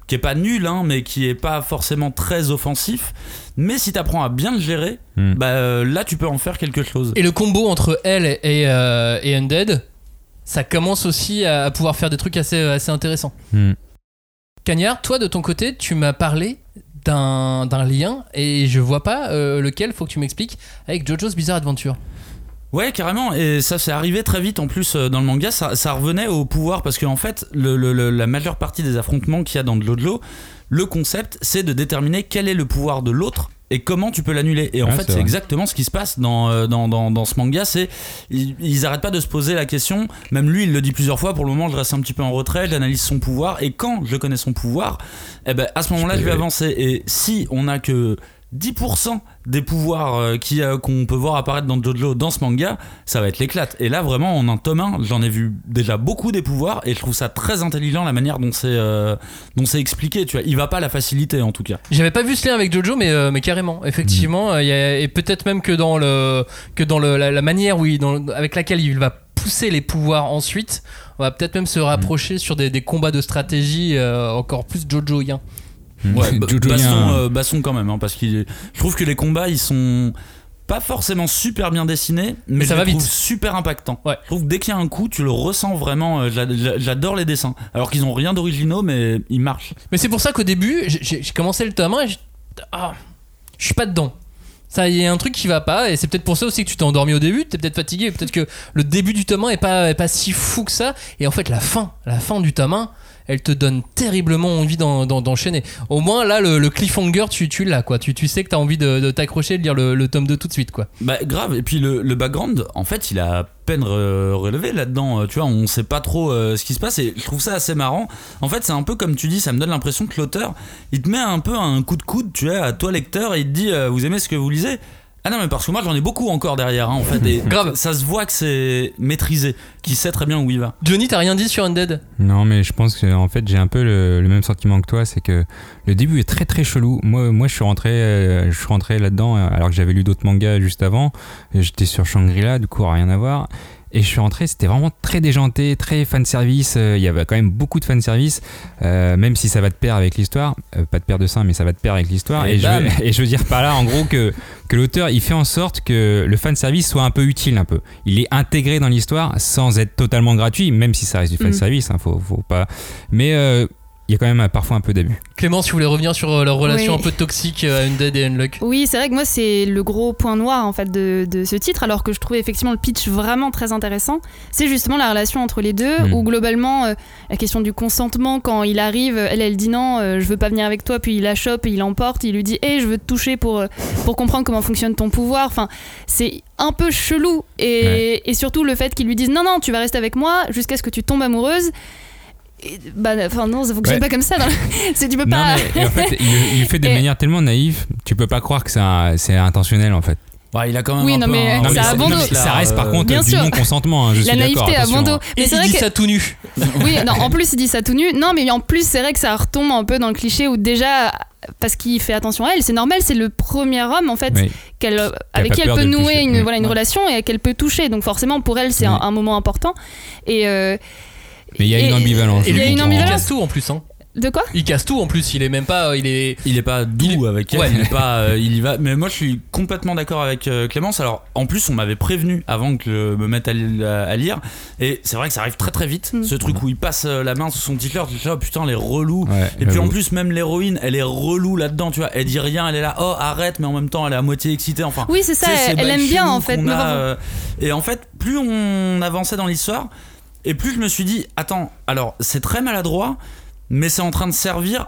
qui est pas nul, hein, mais qui est pas forcément très offensif. Mais si t'apprends à bien le gérer, mm. bah euh, là tu peux en faire quelque chose. Et le combo entre elle et, euh, et Undead, ça commence aussi à, à pouvoir faire des trucs assez, assez intéressants. Mm. Cagnard, toi de ton côté, tu m'as parlé d'un, d'un lien et je vois pas euh, lequel, faut que tu m'expliques, avec JoJo's Bizarre Adventure. Ouais, carrément, et ça s'est arrivé très vite en plus dans le manga, ça, ça revenait au pouvoir parce qu'en fait, le, le, le, la majeure partie des affrontements qu'il y a dans JoJo, le concept c'est de déterminer quel est le pouvoir de l'autre et comment tu peux l'annuler. Et en ah, fait, c'est, c'est exactement ce qui se passe dans, dans, dans, dans ce manga, c'est ils, ils arrêtent pas de se poser la question, même lui il le dit plusieurs fois, pour le moment je reste un petit peu en retrait, j'analyse son pouvoir, et quand je connais son pouvoir, eh ben, à ce moment-là je vais avancer, et si on a que dix pour cent des pouvoirs euh, qui, euh, qu'on peut voir apparaître dans JoJo dans ce manga, ça va être l'éclate. Et là vraiment en un tome un, j'en ai vu déjà beaucoup des pouvoirs et je trouve ça très intelligent la manière dont c'est, euh, dont c'est expliqué, tu vois. Il va pas à la facilité en tout cas. J'avais pas vu ce lien avec JoJo mais, euh, mais carrément, effectivement, mmh. euh, y a, et peut-être même que dans, le, que dans le, la, la manière où il, dans, avec laquelle il va pousser les pouvoirs ensuite, on va peut-être même se rapprocher mmh. sur des, des combats de stratégie euh, encore plus JoJoïens. Ouais, b- basson, euh, basson quand même, hein, parce que je trouve que les combats ils sont pas forcément super bien dessinés, mais, mais ça je va les trouve vite. Super impactants. Ouais. Je trouve que dès qu'il y a un coup, tu le ressens vraiment. Euh, j'adore les dessins, alors qu'ils ont rien d'originaux, mais ils marchent. Mais c'est pour ça qu'au début, j'ai, j'ai commencé le tome un et je ah, je suis pas dedans. Ça, il y a un truc qui va pas, et c'est peut-être pour ça aussi que tu t'es endormi au début, t'es peut-être fatigué, peut-être que le début du tome un est pas, est pas si fou que ça, et en fait la fin, la fin du tome un, elle te donne terriblement envie d'en, d'en, d'enchaîner. Au moins là, le, le cliffhanger, tu, tu l'as, quoi. Tu, tu sais que t'as envie de, de t'accrocher et de lire le, le tome deux tout de suite, quoi. Bah grave, et puis le, le background, en fait, il a à peine re- relevé là-dedans, tu vois, on sait pas trop euh, ce qui se passe, et je trouve ça assez marrant. En fait, c'est un peu comme tu dis, ça me donne l'impression que l'auteur, il te met un peu un coup de coude, tu vois, à toi lecteur, et il te dit, euh, vous aimez ce que vous lisez ? Ah non, mais parce que moi j'en ai beaucoup encore derrière, hein, en fait. Et grave, ça se voit que c'est maîtrisé, qu'il sait très bien où il va. Johnny, t'as rien dit sur Undead ? Non, mais je pense que en fait j'ai un peu le, le même sentiment que toi, c'est que le début est très très chelou. Moi, moi je suis rentré, euh, je suis rentré là-dedans alors que j'avais lu d'autres mangas juste avant. Et j'étais sur Shangri-La, du coup rien à voir. Et je suis rentré, c'était vraiment très déjanté, très fanservice. Il euh, y avait quand même beaucoup de fanservice, euh, même si ça va de pair avec l'histoire. Euh, pas de paire de seins, mais ça va de pair avec l'histoire. Et, et, je veux, et je veux dire par là, en gros, que, que l'auteur, il fait en sorte que le fanservice soit un peu utile, un peu. Il est intégré dans l'histoire sans être totalement gratuit, même si ça reste du fanservice. Mmh. Hein, faut, faut pas... Mais... Euh, il y a quand même parfois un peu d'abus. Clémence, tu voulais revenir sur leur relation oui. un peu toxique à Undead et Unluck. Oui, c'est vrai que moi c'est le gros point noir en fait de, de ce titre, alors que je trouvais effectivement le pitch vraiment très intéressant. C'est justement la relation entre les deux, mmh. où globalement euh, la question du consentement, quand il arrive, elle elle dit non, euh, je veux pas venir avec toi, puis il la chope et il l'emporte, il lui dit hey, je veux te toucher pour, pour comprendre comment fonctionne ton pouvoir. Enfin, c'est un peu chelou, et, ouais. et surtout le fait qu'il lui dise non, non, tu vas rester avec moi jusqu'à ce que tu tombes amoureuse. Et, bah enfin non, ça fonctionne ouais. pas comme ça, c'est, tu peux non, pas mais, et en fait il, il fait de et... manière tellement naïve, tu peux pas croire que c'est, un, c'est intentionnel en fait. Ouais, il a quand même oui, un non, peu mais un... non, mais ça, non, mais ça reste par contre Bien du non-consentement, hein, je la suis naïveté d'accord, à bon dos. Mais et c'est il vrai dit que... ça tout nu. Oui, non, en plus il dit ça tout nu. Non, mais en plus c'est vrai que ça retombe un peu dans le cliché où déjà, parce qu'il fait attention à elle, c'est normal, c'est le premier homme en fait oui. qu'elle, avec qui elle peut nouer une, voilà, une ouais. relation et qu'elle peut toucher. Donc forcément pour elle c'est oui. un, un moment important. Et euh, mais il y a une ambivalence. Et lui, il, il casse tout en plus, hein. De quoi ? Il casse tout en plus, il est même pas, il est, il est pas doux il est... avec elle, ouais. il est pas, euh, il y va. Mais moi, je suis complètement d'accord avec euh, Clémence. Alors, en plus, on m'avait prévenu avant que je me mette à, à, à lire, et c'est vrai que ça arrive très très vite. Mm. Ce truc où il passe la main sous son t-shirt, je dis oh putain, elle est relou. Ouais, et puis en plus, même l'héroïne, elle est relou là-dedans, tu vois. Elle dit rien, elle est là, oh arrête, mais en même temps, elle est à moitié excitée. Enfin, oui, c'est ça. Elle, elle aime bien en fait. A, euh, et en fait, plus on avançait dans l'histoire. Et plus je me suis dit, attends, alors c'est très maladroit, mais c'est en train de servir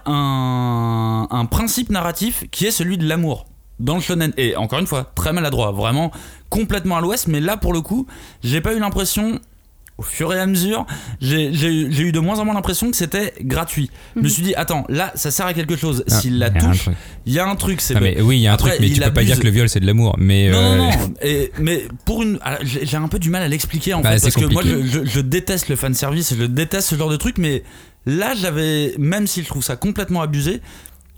un, un principe narratif qui est celui de l'amour dans le shonen. Et encore une fois, très maladroit, vraiment complètement à l'ouest, mais là pour le coup, j'ai pas eu l'impression, au fur et à mesure, j'ai, j'ai, j'ai eu de moins en moins l'impression que c'était gratuit. Mm-hmm. Je me suis dit, attends, là ça sert à quelque chose. Ah, S'il la touche, il y a un truc. C'est ah, mais oui, il y a un Après, truc, mais tu peux abuse. Pas dire que le viol c'est de l'amour. Mais non, euh... non, non. Et, mais pour une, alors, j'ai, j'ai un peu du mal à l'expliquer en bah, fait, parce compliqué. que moi je, je, je déteste le fanservice, je déteste ce genre de truc, mais là j'avais, même si je trouve ça complètement abusé,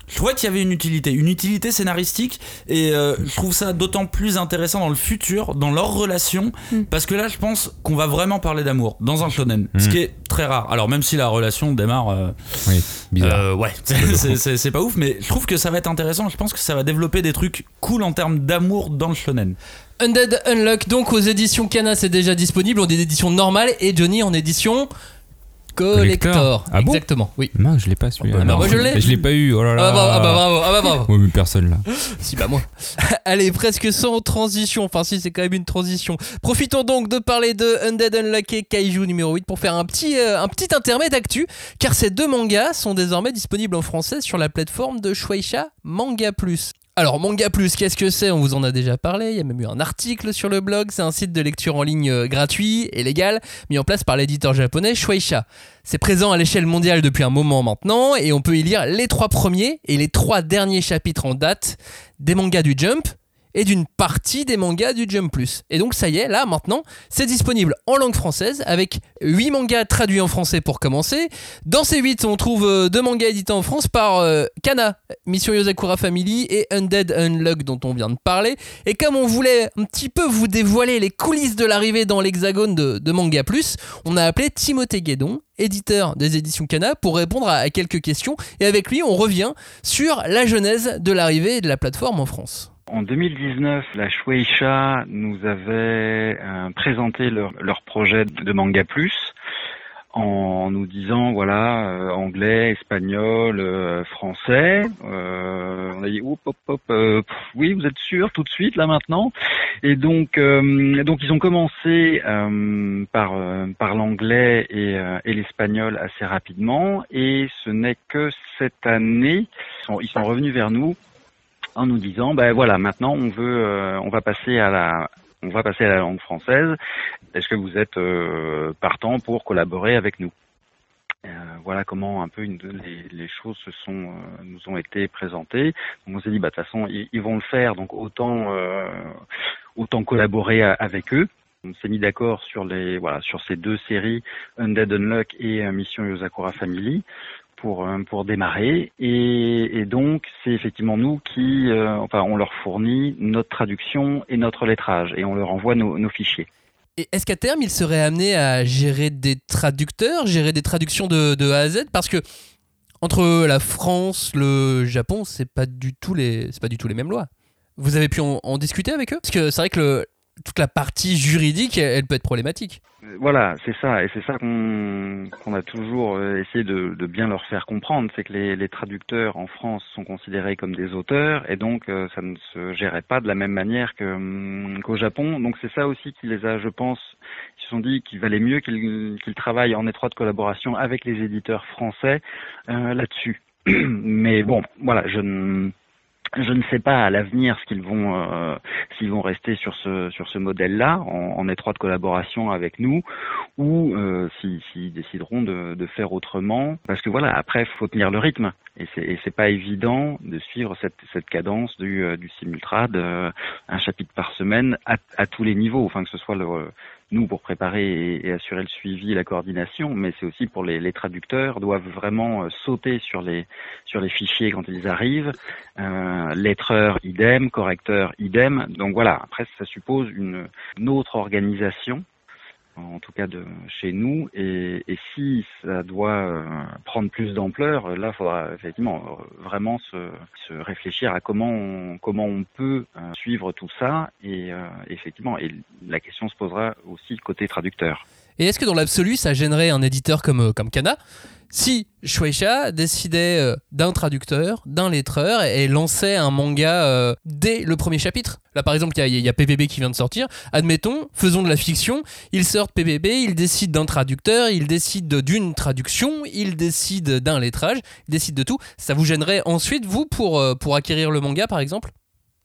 Je trouvais qu'il y avait une utilité, une utilité scénaristique, et euh, je trouve ça d'autant plus intéressant dans le futur, dans leur relation, mm. parce que là, je pense qu'on va vraiment parler d'amour dans un shonen, mm. ce qui est très rare. Alors même si la relation démarre, euh, oui, bizarre. Euh, ouais, c'est, c'est, c'est pas ouf, mais je trouve que ça va être intéressant. Je pense que ça va développer des trucs cool en termes d'amour dans le shonen. Undead Unluck, donc aux éditions Kana, c'est déjà disponible. On est d'édition normale et Johnny en édition collector. Ah exactement, bon oui. Non, je l'ai pas celui-là. Ah bah moi je l'ai. Je l'ai pas eu. Oh là là. Ah bah, ah bah bravo, ah bah bravo. Oui, mais personne là. Si bah moi. Allez, presque sans transition. Enfin si, c'est quand même une transition. Profitons donc de parler de Undead Unluck et Kaiju numéro huit pour faire un petit euh, un petit intermède actu, car ces deux mangas sont désormais disponibles en français sur la plateforme de Shueisha Manga Plus. Alors Manga Plus, qu'est-ce que c'est ? On vous en a déjà parlé, il y a même eu un article sur le blog, c'est un site de lecture en ligne euh, gratuit et légal, mis en place par l'éditeur japonais Shueisha. C'est présent à l'échelle mondiale depuis un moment maintenant, et on peut y lire les trois premiers et les trois derniers chapitres en date des mangas du Jump, et d'une partie des mangas du Jump Plus. Et donc ça y est, là maintenant, c'est disponible en langue française avec huit mangas traduits en français pour commencer. Dans ces huit, on trouve euh, deux mangas édités en France par euh, Kana, Mission Yozakura Family et Undead Unluck dont on vient de parler. Et comme on voulait un petit peu vous dévoiler les coulisses de l'arrivée dans l'hexagone de, de Manga Plus, on a appelé Timothée Guédon, éditeur des éditions Kana, pour répondre à, à quelques questions. Et avec lui, on revient sur la genèse de l'arrivée de la plateforme en France. En deux mille dix-neuf, la Shueisha nous avait euh, présenté leur, leur projet de Manga Plus en nous disant voilà euh, anglais, espagnol, euh, français. Euh, on a dit hop hop hop, euh, pff, oui vous êtes sûr tout de suite là maintenant. Et donc euh, donc ils ont commencé euh, par euh, par l'anglais et, euh, et l'espagnol assez rapidement, et ce n'est que cette année ils sont, ils sont revenus vers nous en nous disant ben voilà maintenant on veut euh, on va passer à la on va passer à la langue française. Est-ce que vous êtes euh, partant pour collaborer avec nous? euh, Voilà comment un peu une, les, les choses se sont euh, nous ont été présentées. Donc on s'est dit bah de toute façon ils, ils vont le faire, donc autant euh, autant collaborer à, avec eux. On s'est mis d'accord sur les voilà sur ces deux séries, Undead Unluck et euh, Mission Yozakura Family, pour pour démarrer, et, et donc c'est effectivement nous qui euh, enfin on leur fournit notre traduction et notre lettrage, et on leur envoie nos, nos fichiers. Et est-ce qu'à terme, ils seraient amenés à gérer des traducteurs, gérer des traductions de, de A à Z ? Parce que entre la France, le Japon, c'est pas du tout les c'est pas du tout les mêmes lois. Vous avez pu en, en discuter avec eux ? Parce que c'est vrai que le, toute la partie juridique, elle, elle peut être problématique. Voilà, c'est ça, et c'est ça qu'on, qu'on a toujours essayé de, de bien leur faire comprendre, c'est que les, les traducteurs en France sont considérés comme des auteurs, et donc euh, ça ne se gérait pas de la même manière que, hum, qu'au Japon. Donc c'est ça aussi qui les a, je pense, ils se sont dit qu'il valait mieux qu'ils, qu'ils travaillent en étroite collaboration avec les éditeurs français euh, là-dessus. Mais bon, voilà, je ne... Je ne sais pas à l'avenir ce qu'ils vont, euh, s'ils vont rester sur ce sur ce modèle-là, en, en étroite collaboration avec nous, ou euh, s'ils, s'ils décideront de, de faire autrement. Parce que voilà, après, faut tenir le rythme, et c'est et c'est pas évident de suivre cette cette cadence du euh, du simultrad, euh, un chapitre par semaine à, à tous les niveaux, enfin que ce soit le nous pour préparer et, et assurer le suivi et la coordination, mais c'est aussi pour les, les traducteurs, doivent vraiment euh, sauter sur les sur les fichiers quand ils arrivent, euh, lettreur idem, correcteur idem. Donc voilà, après ça suppose une, une autre organisation, en tout cas de chez nous, et, et si ça doit euh, prendre plus d'ampleur, là il faudra effectivement euh, vraiment se, se réfléchir à comment on, comment on peut euh, suivre tout ça, et euh, effectivement, et la question se posera aussi côté traducteur. Et est-ce que dans l'absolu, ça gênerait un éditeur comme, comme Kana si Shueisha décidait euh, d'un traducteur, d'un lettreur, et lançait un manga euh, dès le premier chapitre ? Là, par exemple, il y, y a P P B qui vient de sortir. Admettons, faisons de la fiction. Ils sortent P P B, ils décident d'un traducteur, ils décident d'une traduction, ils décident d'un lettrage, ils décident de tout. Ça vous gênerait ensuite, vous, pour, euh, pour acquérir le manga, par exemple ?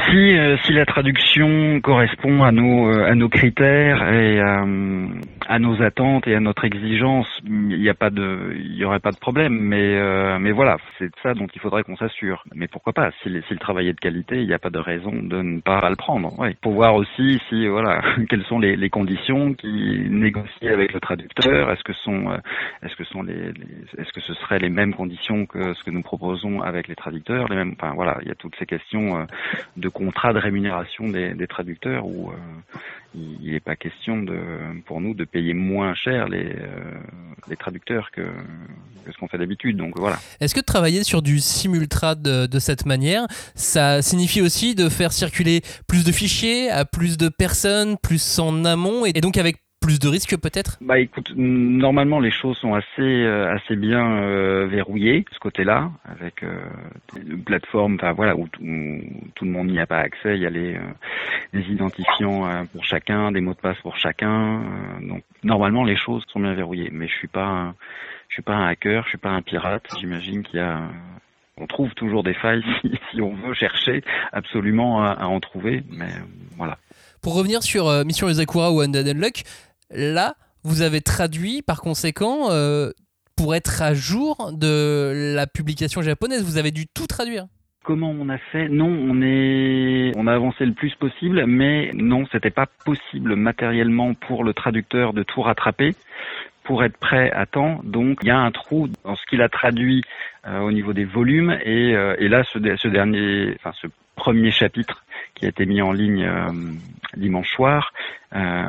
Si euh, si la traduction correspond à nos euh, à nos critères et euh, à nos attentes et à notre exigence, il n'y a pas de il y aurait pas de problème. Mais euh, mais voilà, c'est de ça dont il faudrait qu'on s'assure. Mais pourquoi pas? Si, si le travail est de qualité, il n'y a pas de raison de ne pas le prendre. Ouais. Pour voir aussi si voilà quelles sont les, les conditions qui négocient avec le traducteur. Est-ce que sont euh, est-ce que sont les, les est-ce que ce seraient les mêmes conditions que ce que nous proposons avec les traducteurs? Les mêmes. Enfin voilà, il y a toutes ces questions euh, de contrat de rémunération des, des traducteurs où euh, il n'est pas question de, pour nous de payer moins cher les, euh, les traducteurs que, que ce qu'on fait d'habitude. Donc voilà. Est-ce que de travailler sur du simultrad de, de cette manière, ça signifie aussi de faire circuler plus de fichiers à plus de personnes, plus en amont, et, et donc avec plus de risques peut-être? Bah écoute, normalement les choses sont assez euh, assez bien euh, verrouillées de ce côté-là, avec euh, une plateforme, enfin voilà, où, où tout le monde n'y a pas accès. Il y a les euh, des identifiants euh, pour chacun, des mots de passe pour chacun. Euh, donc normalement les choses sont bien verrouillées. Mais je suis pas un, je suis pas un hacker, je suis pas un pirate. J'imagine qu'il y a on trouve toujours des failles si, si on veut chercher absolument à, à en trouver. Mais euh, voilà. Pour revenir sur euh, Mission Yozakura ou Undead Unluck, là, vous avez traduit, par conséquent, euh, pour être à jour de la publication japonaise, vous avez dû tout traduire. Comment on a fait? Non, on est, on a avancé le plus possible, mais non, c'était pas possible matériellement pour le traducteur de tout rattraper pour être prêt à temps. Donc, il y a un trou dans ce qu'il a traduit euh, au niveau des volumes, et, euh, et là, ce, ce dernier, enfin, ce premier chapitre qui a été mis en ligne euh, dimanche soir, euh,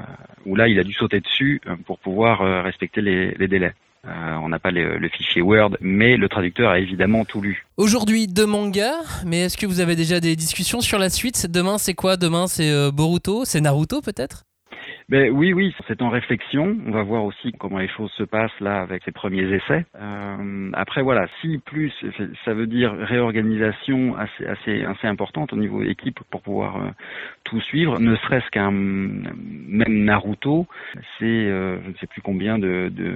où là il a dû sauter dessus pour pouvoir euh, respecter les, les délais. Euh, on n'a pas les, le fichier Word, mais le traducteur a évidemment tout lu. Aujourd'hui deux mangas, mais est-ce que vous avez déjà des discussions sur la suite? Demain c'est quoi? Demain c'est euh, Boruto, c'est Naruto peut-être? Ben oui, oui, c'est en réflexion. On va voir aussi comment les choses se passent là avec ces premiers essais. Euh, après voilà, si plus, ça veut dire réorganisation assez, assez, assez importante au niveau équipe pour pouvoir euh, tout suivre. Ne serait-ce qu'un même Naruto, c'est euh, je ne sais plus combien de, de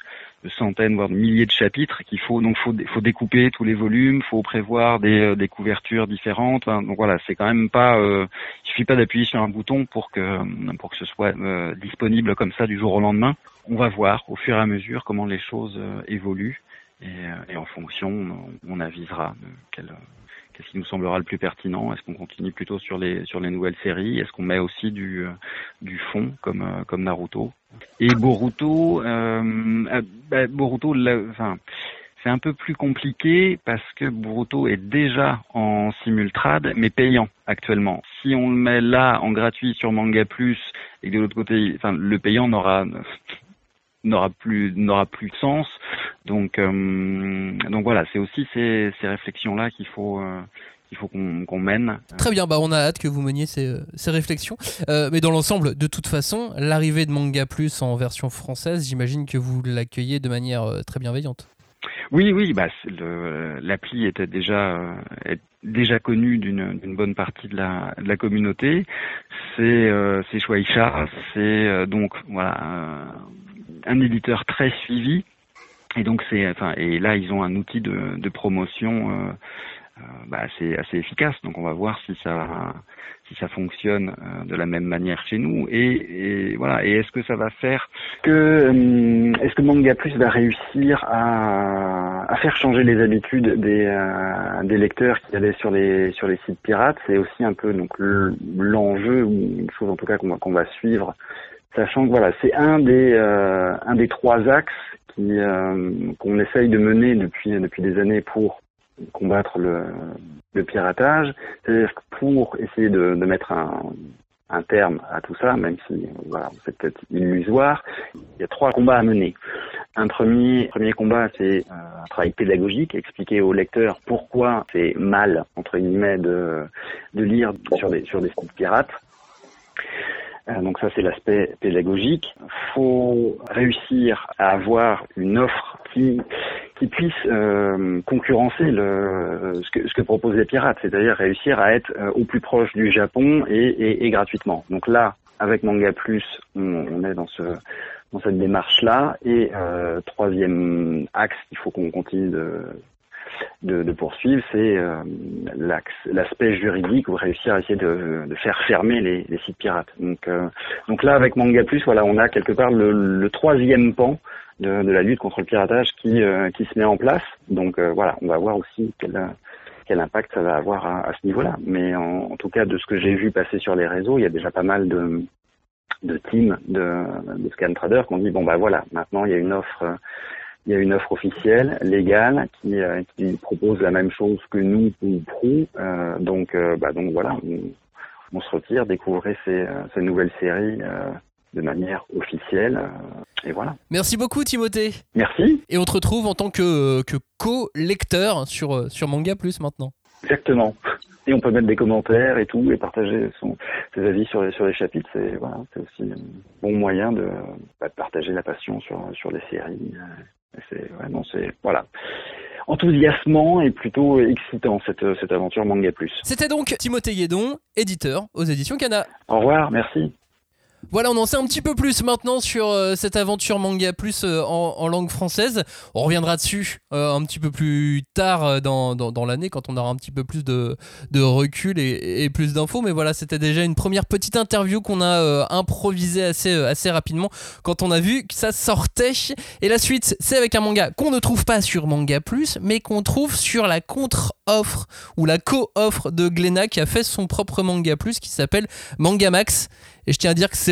de centaines voire de milliers de chapitres qu'il faut donc faut faut découper tous les volumes, faut prévoir des des couvertures différentes. Donc voilà, c'est quand même pas euh, il suffit pas d'appuyer sur un bouton pour que pour que ce soit euh, disponible comme ça du jour au lendemain. On va voir au fur et à mesure comment les choses euh, évoluent et, et en fonction on, on avisera de quel qu'est-ce qui nous semblera le plus pertinent. Est-ce qu'on continue plutôt sur les sur les nouvelles séries? Est-ce qu'on met aussi du du fond comme comme Naruto? Et Boruto, euh, euh, bah, Boruto, là, enfin, c'est un peu plus compliqué parce que Boruto est déjà en simultrad, mais payant actuellement. Si on le met là en gratuit sur Manga Plus et que de l'autre côté, enfin, le payant n'aura n'aura plus n'aura plus de sens. Donc euh, donc voilà, c'est aussi ces ces réflexions là qu'il faut euh, qu'il faut qu'on, qu'on mène. Très bien, bah on a hâte que vous meniez ces, ces réflexions. Euh, mais dans l'ensemble, de toute façon, l'arrivée de Manga Plus en version française, j'imagine que vous l'accueillez de manière euh, très bienveillante. Oui, oui, bah le, l'appli était déjà euh, est déjà connue d'une, d'une bonne partie de la, de la communauté. C'est euh, c'est Shueisha, c'est euh, donc voilà un, un éditeur très suivi. Et donc c'est enfin et là ils ont un outil de, de promotion euh, euh, bah, assez assez efficace. Donc on va voir si ça si ça fonctionne euh, de la même manière chez nous et, et voilà et est-ce que ça va faire que euh, est-ce que Manga Plus va réussir à à faire changer les habitudes des euh, des lecteurs qui allaient sur les sur les sites pirates. C'est aussi un peu donc le, l'enjeu ou une chose en tout cas qu'on va qu'on va suivre, sachant que voilà c'est un des euh, un des trois axes qui euh, qu'on essaye de mener depuis depuis des années pour combattre le, le piratage, c'est-à-dire que pour essayer de, de mettre un, un terme à tout ça, même si voilà, c'est peut-être illusoire, il y a trois combats à mener. Un premier, premier combat, c'est euh, un travail pédagogique, expliquer aux lecteurs pourquoi c'est mal, entre guillemets, de, de lire sur des, sur des sites pirates. Euh, donc ça, c'est l'aspect pédagogique. Faut réussir à avoir une offre qui qui puisse euh, concurrencer le, ce, que, ce que proposent les pirates, c'est-à-dire réussir à être euh, au plus proche du Japon et, et, et gratuitement. Donc là, avec Manga Plus, on, on est dans ce dans cette démarche-là. Et euh, troisième axe qu'il faut qu'on continue de de, de poursuivre, c'est euh, l'aspect juridique ou réussir à essayer de, de faire fermer les, les sites pirates. Donc, euh, donc là, avec Manga Plus, voilà, on a quelque part le, le troisième pan de, de la lutte contre le piratage qui, euh, qui se met en place. Donc euh, voilà, on va voir aussi quel, quel impact ça va avoir à, à ce niveau-là. Mais en, en tout cas, de ce que j'ai vu passer sur les réseaux, il y a déjà pas mal de, de teams de, de scan traders qui ont dit bon bah voilà, maintenant il y a une offre. Il y a une offre officielle, légale, qui, euh, qui propose la même chose que nous ou Pro. Euh, donc, euh, bah, donc voilà, on, on se retire, découvrir ces, ces nouvelles séries euh, de manière officielle. Euh, et voilà. Merci beaucoup, Timothée. Merci. Et on te retrouve en tant que, que co-lecteur sur, sur Manga Plus maintenant. Exactement. Et on peut mettre des commentaires et tout, et partager son, ses avis sur les, sur les chapitres. C'est, voilà, c'est aussi un bon moyen de, bah, de partager la passion sur, sur les séries. C'est vraiment, c'est voilà, enthousiasmant et plutôt excitant cette cette aventure Manga Plus. C'était donc Timothée Guédon, éditeur aux éditions Kana. Au revoir, merci. Voilà, on en sait un petit peu plus maintenant sur euh, cette aventure Manga Plus euh, en, en langue française. On reviendra dessus euh, un petit peu plus tard euh, dans, dans, dans l'année, quand on aura un petit peu plus de, de recul et, et plus d'infos. Mais voilà, c'était déjà une première petite interview qu'on a euh, improvisée assez, euh, assez rapidement quand on a vu que ça sortait. Et la suite, c'est avec un manga qu'on ne trouve pas sur Manga Plus, mais qu'on trouve sur la contre-offre ou la co-offre de Glénat, qui a fait son propre Manga Plus qui s'appelle Manga Max. Et je tiens à dire que c'est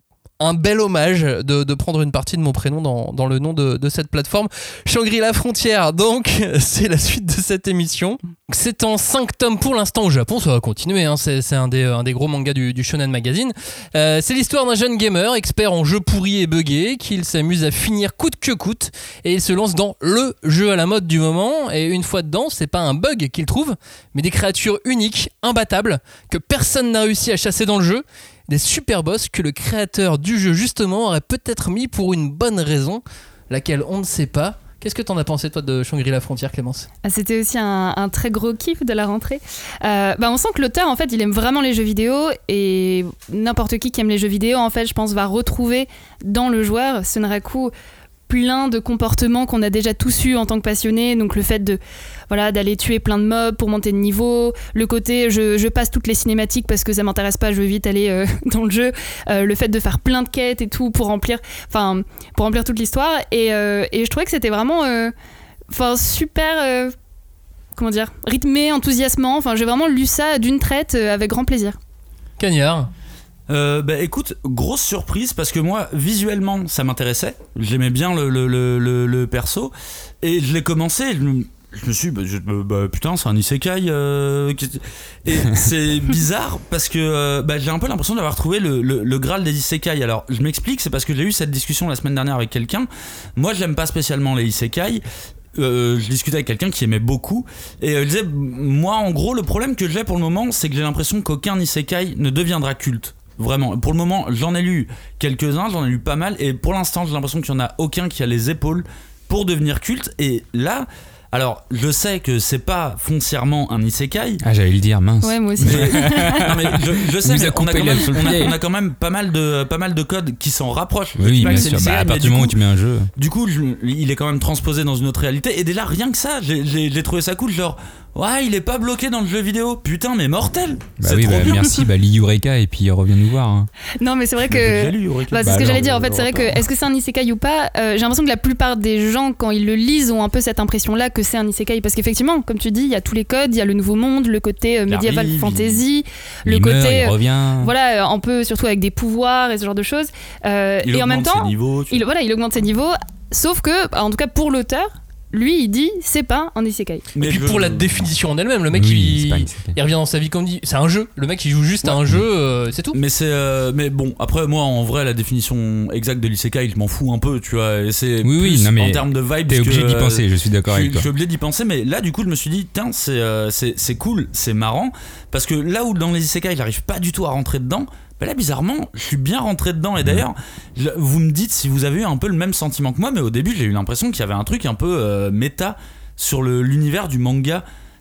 un bel hommage de, de prendre une partie de mon prénom dans, dans le nom de, de cette plateforme. Shangri-La Frontière, donc, c'est la suite de cette émission. C'est en cinq tomes pour l'instant au Japon, ça va continuer, hein. c'est, c'est un, des, un des gros mangas du, du Shonen Magazine. Euh, c'est l'histoire d'un jeune gamer, expert en jeux pourris et buggés, qui s'amuse à finir coûte que coûte, et il se lance dans le jeu à la mode du moment, et une fois dedans, c'est pas un bug qu'il trouve, mais des créatures uniques, imbattables, que personne n'a réussi à chasser dans le jeu, des super boss que le créateur du jeu justement aurait peut-être mis pour une bonne raison, laquelle on ne sait pas. Qu'est-ce que t'en as pensé toi de Shangri-La Frontière, Clémence ? Ah, c'était aussi un, un très gros kiff de la rentrée. Euh, bah on sent que l'auteur en fait il aime vraiment les jeux vidéo, et n'importe qui qui aime les jeux vidéo en fait je pense va retrouver dans le joueur Sunraku plein de comportements qu'on a déjà tous eu en tant que passionnés, donc le fait de voilà d'aller tuer plein de mobs pour monter de niveau, le côté je, je passe toutes les cinématiques parce que ça m'intéresse pas, je veux vite aller euh, dans le jeu, euh, le fait de faire plein de quêtes et tout pour remplir enfin pour remplir toute l'histoire, et, euh, et je trouvais que c'était vraiment enfin euh, super euh, comment dire rythmé, enthousiasmant, enfin j'ai vraiment lu ça d'une traite euh, avec grand plaisir. Cagnard. Euh, bah écoute, grosse surprise parce que moi visuellement ça m'intéressait, j'aimais bien le, le, le, le, le perso, et je l'ai commencé, je me, je me suis bah, je, bah putain c'est un isekai euh, et c'est bizarre parce que euh, bah, j'ai un peu l'impression d'avoir trouvé le, le, le graal des isekai. Alors je m'explique, c'est parce que j'ai eu cette discussion la semaine dernière avec quelqu'un. Moi j'aime pas spécialement les isekai. Euh, je discutais avec quelqu'un qui aimait beaucoup, et euh, je disais moi en gros le problème que j'ai pour le moment c'est que j'ai l'impression qu'aucun isekai ne deviendra culte. Vraiment, pour le moment, j'en ai lu quelques-uns, j'en ai lu pas mal, et pour l'instant, j'ai l'impression qu'il n'y en a aucun qui a les épaules pour devenir culte. Et là, alors, je sais que c'est pas foncièrement un isekai. Ah, j'allais le dire, mince. Ouais, moi aussi. Mais, non, mais je, je sais, mais on, a quand même, on, a, on a quand même pas mal de, pas mal de codes qui s'en rapprochent. Oui, bien sûr. Bah, à partir du moment où tu mets un jeu. Du coup, je, il est quand même transposé dans une autre réalité. Et dès là, rien que ça, j'ai, j'ai, j'ai trouvé ça cool. Genre, ouais, il est pas bloqué dans le jeu vidéo. Putain, mais mortel. Bah c'est oui, trop bah, bien. merci, bah, lis Eureka et puis reviens nous voir. Hein. Non, mais c'est vrai que. Lu, bah, c'est bah, ce que alors, j'allais dire. En fait, c'est vrai que est-ce que c'est un isekai ou pas euh, j'ai l'impression que la plupart des gens, quand ils le lisent, ont un peu cette impression-là que c'est un isekai. Parce qu'effectivement, comme tu dis, il y a tous les codes, il y a le nouveau monde, le côté euh, médiéval fantasy, il, le il côté. Meurt, il revient. Voilà, un peu surtout avec des pouvoirs et ce genre de choses. Euh, il et en même temps, niveaux, il, voilà, il augmente ses niveaux. Sauf que, en tout cas pour l'auteur, lui il dit c'est pas un isekai. Mais et puis je... pour la définition en elle-même, le mec oui, il... il revient dans sa vie comme dit, c'est un jeu, le mec il joue juste ouais. à un jeu, euh, c'est tout. Mais c'est euh, mais bon, après moi en vrai la définition exacte de l'isekai, je m'en fous un peu, tu vois, et c'est oui, plus oui, non, mais en termes de vibe. T'es obligé que, d'y penser, je suis d'accord je, avec toi. Je suis obligé d'y penser, mais là du coup je me suis dit tiens, c'est euh, c'est c'est cool, c'est marrant parce que là où dans les isekai, j'arrive pas du tout à rentrer dedans. Ben là bizarrement je suis bien rentré dedans, et d'ailleurs je, vous me dites si vous avez eu un peu le même sentiment que moi, mais au début j'ai eu l'impression qu'il y avait un truc un peu euh, méta sur le, l'univers du manga.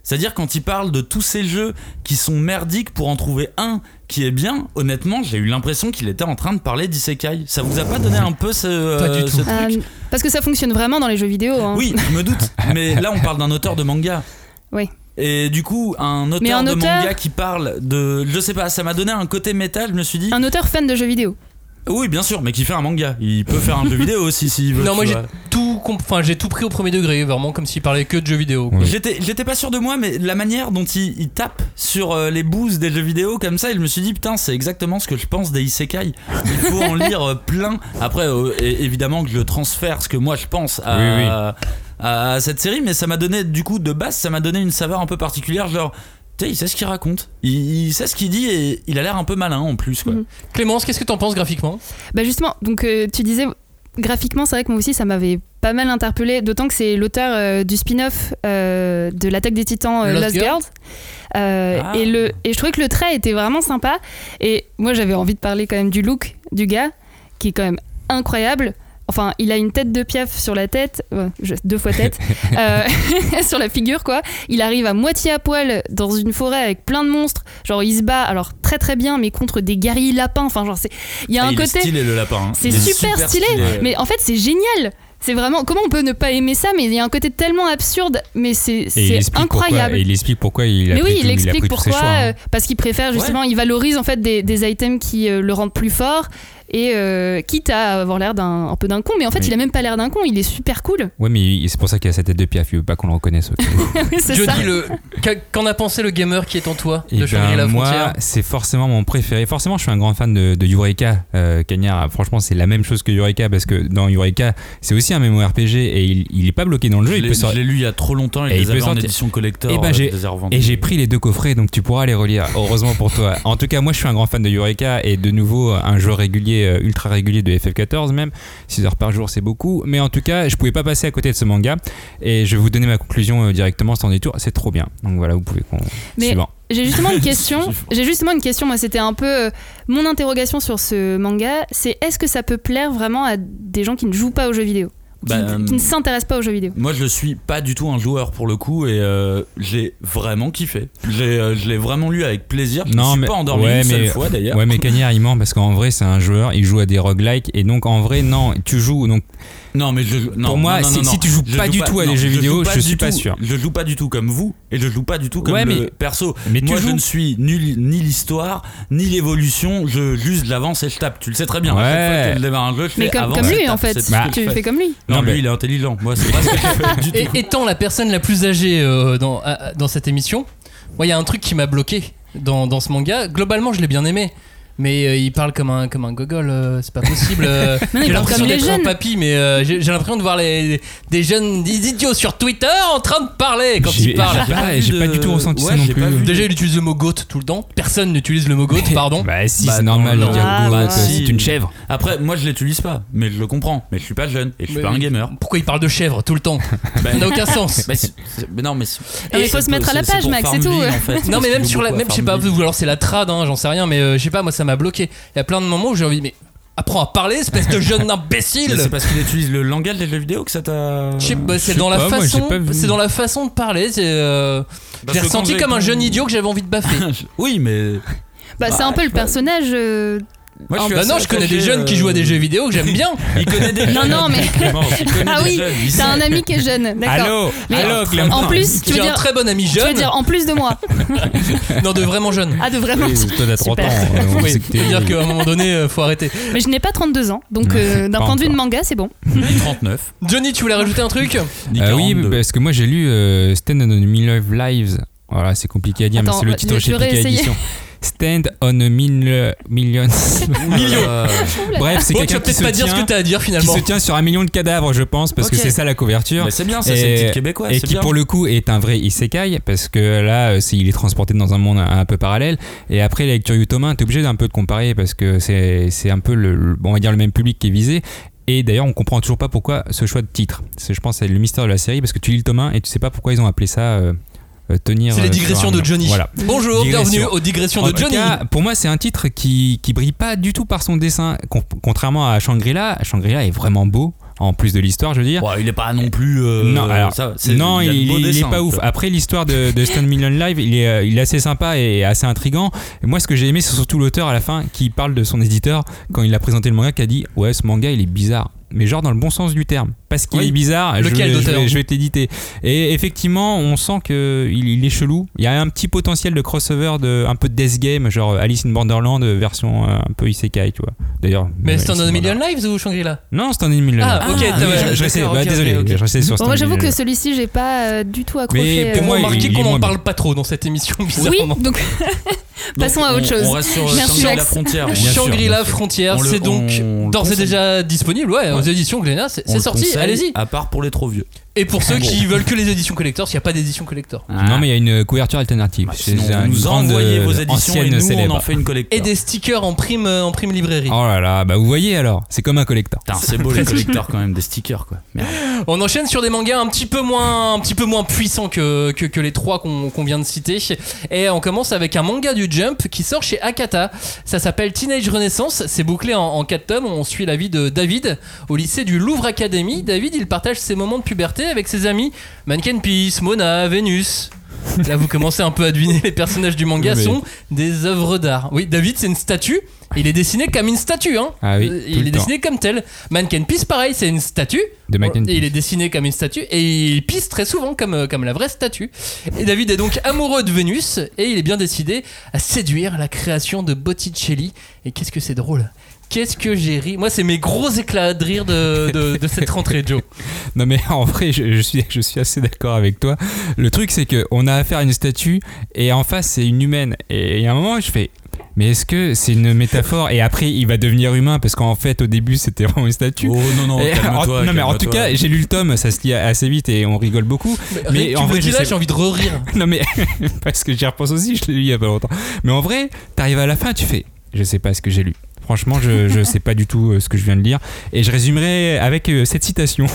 C'est-à-dire quand il parle de tous ces jeux qui sont merdiques pour en trouver un qui est bien, honnêtement, j'ai eu l'impression qu'il était en train de parler d'isekai. Ça vous a pas donné un peu ce, euh, ce truc euh, Parce que ça fonctionne vraiment dans les jeux vidéo. Hein. Oui, je me doute. Mais là, on parle d'un auteur de manga. Oui. Et du coup, un auteur un de auteur... manga qui parle de... Je sais pas, ça m'a donné un côté métal, je me suis dit... Un auteur fan de jeux vidéo. Oui, bien sûr, mais qui fait un manga. Il peut faire un jeu vidéo aussi s'il veut. Non, moi j'ai vois. tout, comp- enfin j'ai tout pris au premier degré, vraiment comme s'il parlait que de jeux vidéo. Quoi. Oui. J'étais, j'étais pas sûr de moi, mais la manière dont il, il tape sur euh, les boosts des jeux vidéo comme ça, je me suis dit putain, c'est exactement ce que je pense des isekai. Il faut en lire euh, plein. Après, euh, et, évidemment que je transfère ce que moi je pense à, oui, oui. à, à cette série, mais ça m'a donné du coup de base, ça m'a donné une saveur un peu particulière, genre. Tu sais, il sait ce qu'il raconte, il, il sait ce qu'il dit et il a l'air un peu malin en plus quoi. Mmh. Clémence, qu'est-ce que t'en penses graphiquement ? Bah justement, donc euh, tu disais graphiquement, c'est vrai que moi aussi ça m'avait pas mal interpellé, d'autant que c'est l'auteur euh, du spin-off euh, de l'Attaque des Titans, euh, Lost Lost Girl. Girls. Euh, Ah. et, le, et je trouvais que le trait était vraiment sympa. Et moi j'avais envie de parler quand même du look du gars, qui est quand même incroyable. Enfin, il a une tête de Piaf sur la tête, ouais, je- deux fois tête, euh, sur la figure quoi. Il arrive à moitié à poil dans une forêt avec plein de monstres. Genre, il se bat alors très très bien, mais contre des guerriers lapins. Enfin, genre, c'est, il y a Ah, un il côté, est stylé le lapin. hein. c'est Il est super, stylé. Mais en fait, c'est génial. C'est vraiment, comment on peut ne pas aimer ça? Mais il y a un côté tellement absurde, mais c'est, Et il c'est explique incroyable. Pourquoi, et il explique pourquoi il a Mais pris oui, tout- il explique a pris tous ses pourquoi, choix, hein. euh, parce qu'il préfère justement, il valorise en fait des, des items qui euh, le rendent plus fort, et euh, quitte à avoir l'air d'un un peu d'un con, mais en fait Mais- il a même pas l'air d'un con, il est super cool. Ouais, mais il- c'est pour ça qu'il a sa tête de Piaf, il veut pas qu'on le reconnaisse. ok. Oui, c'est Johnny, ça. le... qu'a- qu'en a pensé le gamer qui est en toi Et de Shangri-La ben, Frontière? moi, c'est forcément mon préféré. Forcément, je suis un grand fan de, de Eureka. Euh, Cagnard, franchement, c'est la même chose que Eureka parce que dans Eureka, c'est aussi un MMORPG et il, il est pas bloqué dans le jeu. Je il l'ai, peut sortir. je l'ai lu il y a trop longtemps, il Et il les peut avait en sortir- édition collector. Et ben, euh, j'ai, je les ai revendus. et j'ai pris les deux coffrets, donc tu pourras les relire. Heureusement pour toi. En tout cas, moi, je suis un grand fan de Eureka et de nouveau un joueur régulier, euh, ultra régulier de F F quatorze même. six heures par jour, c'est beaucoup. Mais en tout cas, je pouvais pas passer à côté de ce manga. Et je vais vous donner ma conclusion euh, directement sans détour. C'est trop bien. Donc voilà, vous pouvez. Con... Mais Suivant. j'ai justement une question. J'ai justement une question. Moi, c'était un peu euh, mon interrogation sur ce manga. C'est est-ce que ça peut plaire vraiment à des gens qui ne jouent pas aux jeux vidéo, qui, Bah, euh, qui ne s'intéressent pas aux jeux vidéo? Moi, je suis pas du tout un joueur pour le coup et euh, j'ai vraiment kiffé. J'ai, euh, je l'ai vraiment lu avec plaisir. Je Non, me suis mais- pas endormi ouais, une seule mais- fois d'ailleurs. Ouais, mais Cagnard, il ment parce qu'en vrai, c'est un joueur, il joue à des roguelikes et donc en vrai, non, tu joues. Donc Non, mais je, non, Pour moi, non, non, si- non, si tu joues je pas du tout à des non, jeux je vidéo, joue pas je du suis pas tout- sûr. Je joue pas du tout comme vous et je joue pas du tout comme Ouais, le mais- perso. mais tu Moi, je joues. ne suis ni, ni l'histoire, ni l'évolution. Je juste j'avance et je tape. Tu le sais très bien. À chaque Ouais. fois que je démarre un jeu, je Mais fais comme, avance comme et lui tape. en fait, C'est tout ce que tu je fais comme lui. Non, Non, lui, mais- il est intelligent. Moi, c'est pas ce que je fais du Et tout. étant la personne la plus âgée euh, dans, à- dans cette émission, moi il y a un truc qui m'a bloqué dans, dans ce manga. Globalement, je l'ai bien aimé. Mais euh, il parle comme un, comme un gogol, euh, c'est pas possible. euh, Non, il j'ai parle l'impression comme les d'être un jeunes. papy, mais euh, j'ai, j'ai l'impression de voir les, des jeunes des idiots sur Twitter en train de parler quand j'ai, ils parlent. j'ai pas, j'ai pas du tout ressenti Ouais, ça non j'ai plus. pas vu. Déjà, il utilise le mot goat tout le temps. Personne n'utilise le mot goat, pardon. Bah si, Bah, c'est non, normal non, de dire ah, goat, bah, euh, si. c'est une chèvre. Après, moi, je l'utilise pas, mais je le comprends. Mais je suis pas jeune et je suis Mais- pas un gamer. Pourquoi il parle de chèvre tout le temps? Ben, Ça n'a aucun sens. bah, c'est- c'est- mais non, mais c'est- Non, mais faut se mettre à la c'est- page, pour Max, c'est tout. Farmville, en fait. Non mais même C'est sur la beaucoup à même je sais pas Farmville. ou alors c'est la trad hein, j'en sais rien mais euh, je sais pas moi ça m'a bloqué. Il y a plein de moments où j'ai envie mais apprends à parler espèce de jeune imbécile. Mais c'est parce qu'il utilise le langage des jeux vidéo que ça t'a. Je sais pas, c'est Je dans sais la pas, moi, façon j'ai pas vu. c'est dans la façon de parler, c'est euh, Parce j'ai que ressenti quand comme j'ai- un jeune idiot que j'avais envie de baffer. Oui, mais. Bah, c'est Bah, un peu le je sais pas. personnage. euh, Moi, Ah, suis Bah assez non, je connais des attaché, jeunes qui euh, jouent à des jeux vidéo que j'aime bien. Il connaît des Non, jeunes. non, mais. Clémence, il connaît Ah des oui, jeunes, il t'as sait. un ami qui est jeune, d'accord. Allô, Mais allô, Clément. En plus, tu veux J'ai un dire. très bon ami Tu veux jeune. dire en plus de moi. Non, de vraiment jeune. Ah, de vraiment. Oui, toi t'as trente ans. Super. euh, on Oui, sait que t'es- c'est-à-dire qu'à un moment donné, euh, faut arrêter. Mais je n'ai pas trente-deux ans, donc euh, d'un Pas point de vue de encore. manga, c'est bon. Il est trente-neuf. Johnny, tu voulais rajouter un truc? Ni Euh, oui, quarante-deux. parce que moi j'ai lu euh, Stand on a Million Lives. Voilà, c'est compliqué à dire, Attends, mais c'est le titre je chez vais Pika réessayer. Édition. Stand on a Million. Million. Euh, Bref, c'est Bon, tu quelqu'un vas qui peut-être se pas dire ce que tient, t'as à dire qui finalement. se tient sur un million de cadavres, je pense, parce Ok. que c'est ça la couverture. Mais c'est bien, ça, Et- c'est le titre québécois. et c'est qui bien. pour le coup est un vrai isekai parce que là euh, c'est- il est transporté dans un monde un, un peu parallèle et après la lecture Yutomin t'es obligé d'un peu de comparer parce que c'est, c'est un peu le, le- on va dire le même public qui est visé et d'ailleurs on comprend toujours pas pourquoi ce choix de titre. C'est, je pense c'est le mystère de la série parce que tu lis le tome un et tu sais pas pourquoi ils ont appelé ça euh, euh, tenir C'est les euh, sur digressions un de million. Johnny. Voilà. Bonjour, Digression. bienvenue aux digressions En de tout Johnny. cas, pour moi, c'est un titre qui, qui brille pas du tout par son dessin. Con- contrairement à Shangri-La, Shangri-La est vraiment beau. en plus de l'histoire, je veux dire. Ouais, il est pas non plus. Euh, non, alors, ça, c'est, non, il, il, il, il dessin, est pas ouf. Après, l'histoire de, de Stan Million Live, il est, euh, il est assez sympa et assez intriguant. Et moi, ce que j'ai aimé, c'est surtout l'auteur à la fin qui parle de son éditeur quand il a présenté le manga, qui a dit ouais, ce manga, il est bizarre. Mais genre dans le bon sens du terme. Parce qu'il oui. est bizarre, Lequel je, d'auteur je, vais, je vais te l'éditer. Et effectivement, on sent qu'il il est chelou. Il y a un petit potentiel de crossover, de, un peu de Death Game, genre Alice in Borderland, version un peu isekai, tu vois. D'ailleurs. Mais Stand on a Million Lives ou Shangri-La? Non, Stand on a Million Lives. Ah, ok, ah, oui, je, je restais, bah, okay, désolé, okay, okay. je restais sur Stand on a Bon, moi, j'avoue Million que celui-ci, j'ai pas euh, du tout accroché. Mais pour euh, moi, remarquez qu'on n'en parle bien. pas trop dans cette émission, bizarrement. Oui, donc. Passons donc, à autre on, chose. On reste sur Merci Shangri-La Frontière. Shangri-La Frontière, c'est donc d'ores et déjà disponible, ouais, aux éditions Glénat. C'est sorti, allez-y. À part pour les trop vieux. Et pour ceux qui veulent que les éditions collector, s'il n'y a pas d'édition collector. Ah. Non, mais il y a une couverture alternative. Bah, sinon, vous nous envoyez vos éditions et nous célèbre. on en fait une collector. Et des stickers en prime, en prime librairie. Oh là là, bah vous voyez alors, c'est comme un collector. Putain, c'est beau les collectors quand même, des stickers quoi. Merde. On enchaîne sur des mangas un petit peu moins, un petit peu moins puissants que, que, que les trois qu'on qu'on vient de citer. Et on commence avec un manga du Jump qui sort chez Akata. Ça s'appelle Teenage Renaissance. C'est bouclé en, en quatre tomes. On suit la vie de David au lycée du Louvre Academy. David, il partage ses moments de puberté avec ses amis Mannequin Peace, Mona, Vénus. Là, vous commencez un peu à deviner, les personnages du manga oui, sont des œuvres d'art. Oui, David, c'est une statue. Il est dessiné comme une statue, hein. Ah oui, il est dessiné comme tel. Mannequin Peace, pareil, c'est une statue. De Mannequin Peace. Il est dessiné comme une statue et il pisse très souvent comme, comme la vraie statue. Et David est donc amoureux de Vénus et il est bien décidé à séduire la création de Botticelli. Et qu'est-ce que c'est drôle. Qu'est-ce que j'ai ri. Moi, c'est mes gros éclats de rire de, de, de cette rentrée, Joe. Non, mais en vrai, je, je, suis, je suis assez d'accord avec toi. Le truc, c'est qu'on a affaire à une statue et en face, c'est une humaine. Et il y a un moment, je fais. Mais est-ce que c'est une métaphore? Et après, il va devenir humain parce qu'en fait, au début, c'était vraiment une statue. Oh non, non, et, calme-toi. En, non, mais en tout cas, j'ai lu le tome, ça se lit assez vite et on rigole beaucoup. Mais, mais en vrai, je sais... j'ai envie de re-rire. Non, mais parce que j'y repense aussi, je l'ai lu il y a pas longtemps. Mais en vrai, t'arrives à la fin, tu fais. Je sais pas ce que j'ai lu. Franchement, je je sais pas du tout ce que je viens de lire. Et je résumerai avec cette citation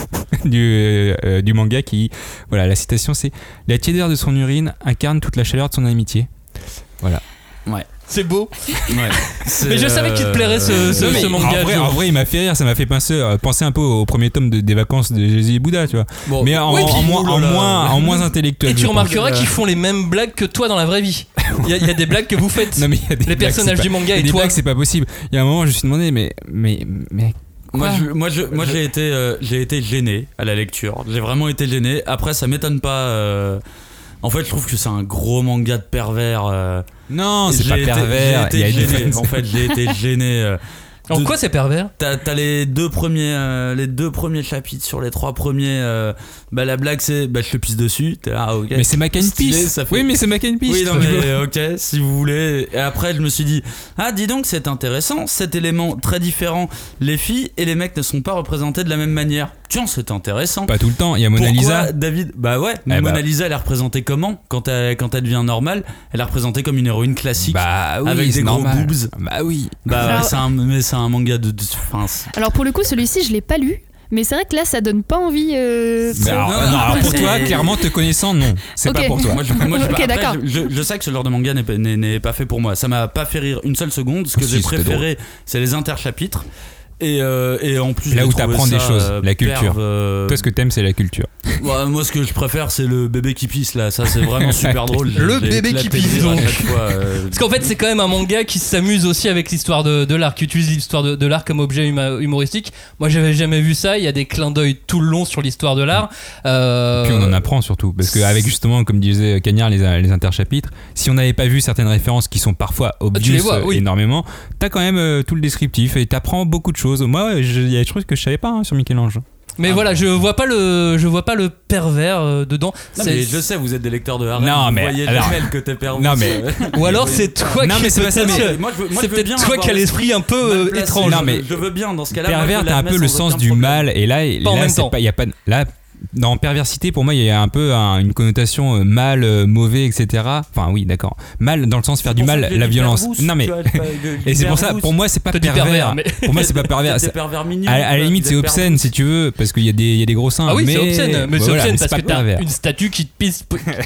du, euh, du manga qui... Voilà, la citation c'est « La tiédeur de son urine incarne toute la chaleur de son amitié. » Voilà. Ouais. C'est beau. Ouais. Mais je savais qu'il te plairait ce, ce, ce manga. En vrai, en vrai, il m'a fait rire, ça m'a fait penser, penser un peu au premier tome de, des vacances de Jésus et Bouddha, tu vois. Bon, mais en, oui, en, en, moins, en, moins, en moins intellectuel. Et tu remarqueras qu'ils font les mêmes blagues que toi dans la vraie vie. Il y, y a des blagues que vous faites. Non, mais y a des les blagues, personnages pas, du manga et des toi. Blagues, c'est pas possible. Il y a un moment, je me suis demandé, mais. mais, mais Moi, je, moi, je, moi, j'ai été, euh, j'ai été gêné à la lecture. J'ai vraiment été gêné. Après, ça m'étonne pas. Euh... En fait, je trouve que c'est un gros manga de pervers. Euh... Non, c'est j'ai pas été, pervers. J'ai été gêné. En fait, j'ai été gêné. Euh... En quoi c'est pervers? T'as, t'as les deux premiers, euh, les deux premiers chapitres sur les trois premiers. Euh, bah la blague c'est, bah je te pisse dessus. T'es là, ah, ok. Mais c'est Mannequin Peace. Fait... Oui, mais c'est Mannequin Peace. Oui, non mais ok, si vous voulez. Et après je me suis dit, ah dis donc c'est intéressant, cet élément très différent. Les filles et les mecs ne sont pas représentés de la même manière. Tiens, c'est intéressant. Pas tout le temps. Il y a Mona Pourquoi, Lisa. David, bah ouais. Mais eh Mona bah... Lisa, elle est représentée comment quand elle, quand elle devient normale? Elle est représentée comme une héroïne classique. Bah oui, avec des gros normal. boobs. Bah oui. Bah Alors... c'est un, mais c'est un manga de. de enfin, Alors pour le coup, celui-ci, je l'ai pas lu. Mais c'est vrai que là, ça donne pas envie. Euh... Mais alors, non, non, alors pour c'est... toi, clairement, te connaissant, non, c'est okay. pas pour toi. Moi, je, moi, je, okay, après, d'accord. Je, je, je sais que ce genre de manga n'est, n'est, n'est pas fait pour moi. Ça m'a pas fait rire une seule seconde. Ce que si, j'ai préféré, c'est les interchapitres. Et, euh, et en plus, là où t'apprends des choses, euh, la culture. Euh... Toi, ce que t'aimes, c'est la culture. Ouais, moi, ce que je préfère, c'est le bébé qui pisse là. Ça, c'est vraiment super drôle. Le bébé qui pisse, donc. Fois, euh... Parce qu'en fait, c'est quand même un manga qui s'amuse aussi avec l'histoire de, de l'art, qui utilise l'histoire de, de l'art comme objet huma, humoristique. Moi, j'avais jamais vu ça. Il y a des clins d'œil tout le long sur l'histoire de l'art. Euh... Puis on en apprend surtout, parce qu'avec justement, comme disait Cagnard, les, les interchapitres, si on n'avait pas vu certaines références qui sont parfois obvious ah, vois, oui. énormément, t'as quand même euh, tout le descriptif et t'apprends beaucoup de choses. Moi, il y a des choses que je savais pas hein, sur Michel-Ange. Mais ah voilà, je vois pas le, je vois pas le pervers euh, dedans. Non, mais je sais, vous êtes des lecteurs de Harem. Non, vous mais voyez alors, jamais le côté pervers. Non mais ou alors c'est toi non, qui mais c'est pas ça, mais moi, je veux, moi, c'est je veux peut-être toi qui as l'esprit un peu euh, étrange. Non mais je veux bien dans ce cas-là. Pervers, t'as un peu le sens du mal et là, pas là c'est pas, y a pas là. Dans perversité, pour moi, il y a un peu un, une connotation euh, mal, euh, mauvais, et cetera. Enfin, oui, d'accord. Mal dans le sens faire du mal, la violence. Pervous, non, mais. Et c'est pour ça, pour moi, c'est pas pervers. pervers mais... Pour moi, c'est pas pervers. C'est pervers mignon. À, à la limite, c'est obscène pervers. Si tu veux, parce qu'il y a des, il y a des gros seins. Ah oui, mais... c'est obscène. Mais bah, c'est voilà, obscène mais parce c'est que t'as pervers. une statue qui te pisse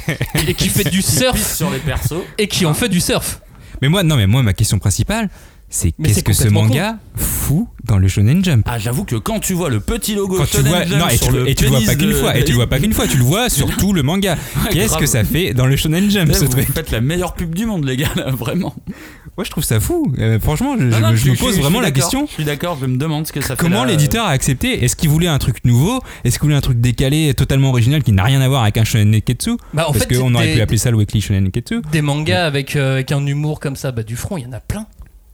et qui fait du surf. Sur les persos. Et qui en fait du surf. Mais moi, non, mais moi, ma question principale. c'est Mais qu'est-ce c'est que ce complètement manga fout dans le Shonen Jump. Ah, j'avoue que quand tu vois le petit logo Quand tu Shonen vois, Jump non, et sur tu, le et tu le vois pénis pas qu'une de- fois, et tu le vois pas qu'une fois, tu le vois sur tout le manga. Ouais, Qu'est-ce grave. que ça fait dans le Shonen Jump Ouais, ce vous truc? faites la meilleure pub du monde, les gars, là, vraiment. Moi, je trouve ça fou. Euh, franchement, je, Non, non, je- je suis- me pose suis vraiment la d'accord. question. Je suis d'accord, je me demande ce que ça fait. Comment là, l'éditeur a accepté? Est-ce qu'il voulait un truc nouveau? Est-ce qu'il voulait un truc décalé, totalement original, qui n'a rien à voir avec un shonen neketsu? Bah, en Parce fait, qu'on aurait des- pu appeler ça le weekly shonen neketsu. Des mangas avec, euh, avec un humour comme ça, bah, du front, il y en a plein.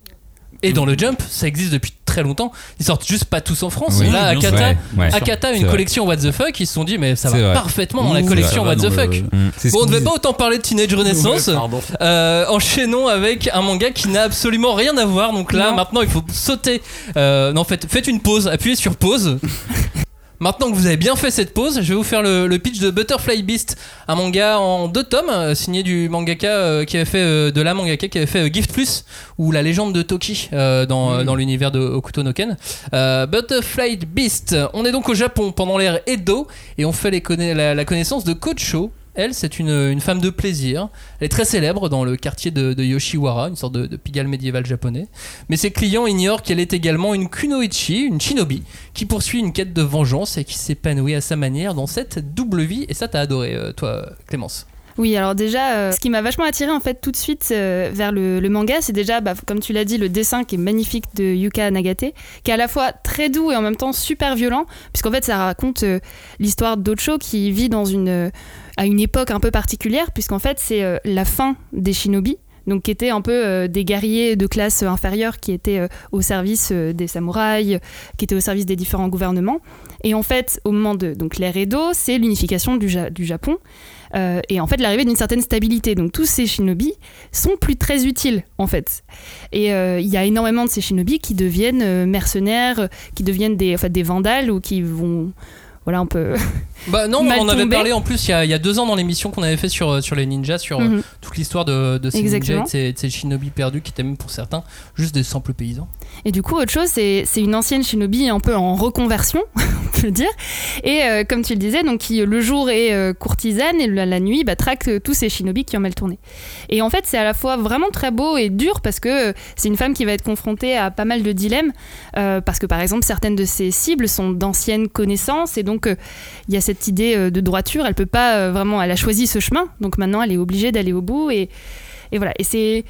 Et dans le Jump, ça existe depuis très longtemps. Ils sortent juste pas tous en France. Oui, Là, bien sûr. Akata, Ouais, ouais. Akata, C'est une vrai. collection What the Fuck, ils se sont dit, mais ça C'est va vrai. parfaitement dans la Ouh, collection ça What va the dans Fuck. le- Mmh. C'est ce Bon, on qu'ils devait disent. pas autant parler de Teenage Renaissance. Ouais, pardon. Euh, enchaînons avec un manga qui n'a absolument rien à voir. Donc là, Non. maintenant, il faut sauter. Euh, non, faites, faites une pause, appuyez sur pause. Maintenant que vous avez bien fait cette pause, je vais vous faire le, le pitch de Butterfly Beast, un manga en deux tomes, euh, signé du mangaka euh, qui avait fait euh, de la mangaka qui avait fait euh, Gift Plus ou la légende de Toki euh, dans, euh, dans l'univers de Hokuto no Ken. Euh, Butterfly Beast, on est donc au Japon pendant l'ère Edo et on fait les conna- la, la connaissance de Kocho. Elle, c'est une, une femme de plaisir. Elle est très célèbre dans le quartier de, de Yoshiwara, une sorte de, de Pigalle médiéval japonais. Mais ses clients ignorent qu'elle est également une kunoichi, une shinobi, qui poursuit une quête de vengeance et qui s'épanouit à sa manière dans cette double vie. Et ça, t'as adoré, euh, toi, Clémence. Oui, alors déjà, euh, ce qui m'a vachement attiré en fait tout de suite euh, vers le, le manga, c'est déjà, bah, comme tu l'as dit, le dessin qui est magnifique de Yuka Nagate, qui est à la fois très doux et en même temps super violent, puisqu'en fait ça raconte euh, l'histoire d'Ocho qui vit dans une, euh, à une époque un peu particulière, puisqu'en fait c'est euh, la fin des shinobi. Donc qui étaient un peu euh, des guerriers de classe inférieure qui étaient euh, au service euh, des samouraïs, qui étaient au service des différents gouvernements. Et en fait, au moment de donc l'ère Edo, c'est l'unification du, Ja- du Japon. Euh, et en fait l'arrivée d'une certaine stabilité. Donc tous ces shinobi sont plus très utiles en fait. Et il euh, y a énormément de ces shinobi qui deviennent euh, mercenaires, euh, qui deviennent des, enfin, des vandales ou qui vont... Voilà, on peut... Bah non, Mal on en avait tombé. parlé en plus il y, a, il y a deux ans dans l'émission qu'on avait fait sur, sur les ninjas, sur Mhm. euh, toute l'histoire de, de ces Exactement. ninjas et de ces, de ces shinobi perdus qui étaient même pour certains juste des simples paysans. Et du coup, autre chose, c'est, c'est une ancienne shinobi un peu en reconversion, on peut le dire. Et euh, comme tu le disais, donc, qui le jour est euh, courtisane et la, la nuit bah, traque euh, tous ces shinobi qui ont mal tourné. Et en fait, c'est à la fois vraiment très beau et dur parce que euh, c'est une femme qui va être confrontée à pas mal de dilemmes. Euh, parce que par exemple, certaines de ses cibles sont d'anciennes connaissances et donc il euh, y a cette idée euh, de droiture. Elle peut pas euh, vraiment, elle a choisi ce chemin, donc maintenant elle est obligée d'aller au bout. Et, et voilà. Et c'est.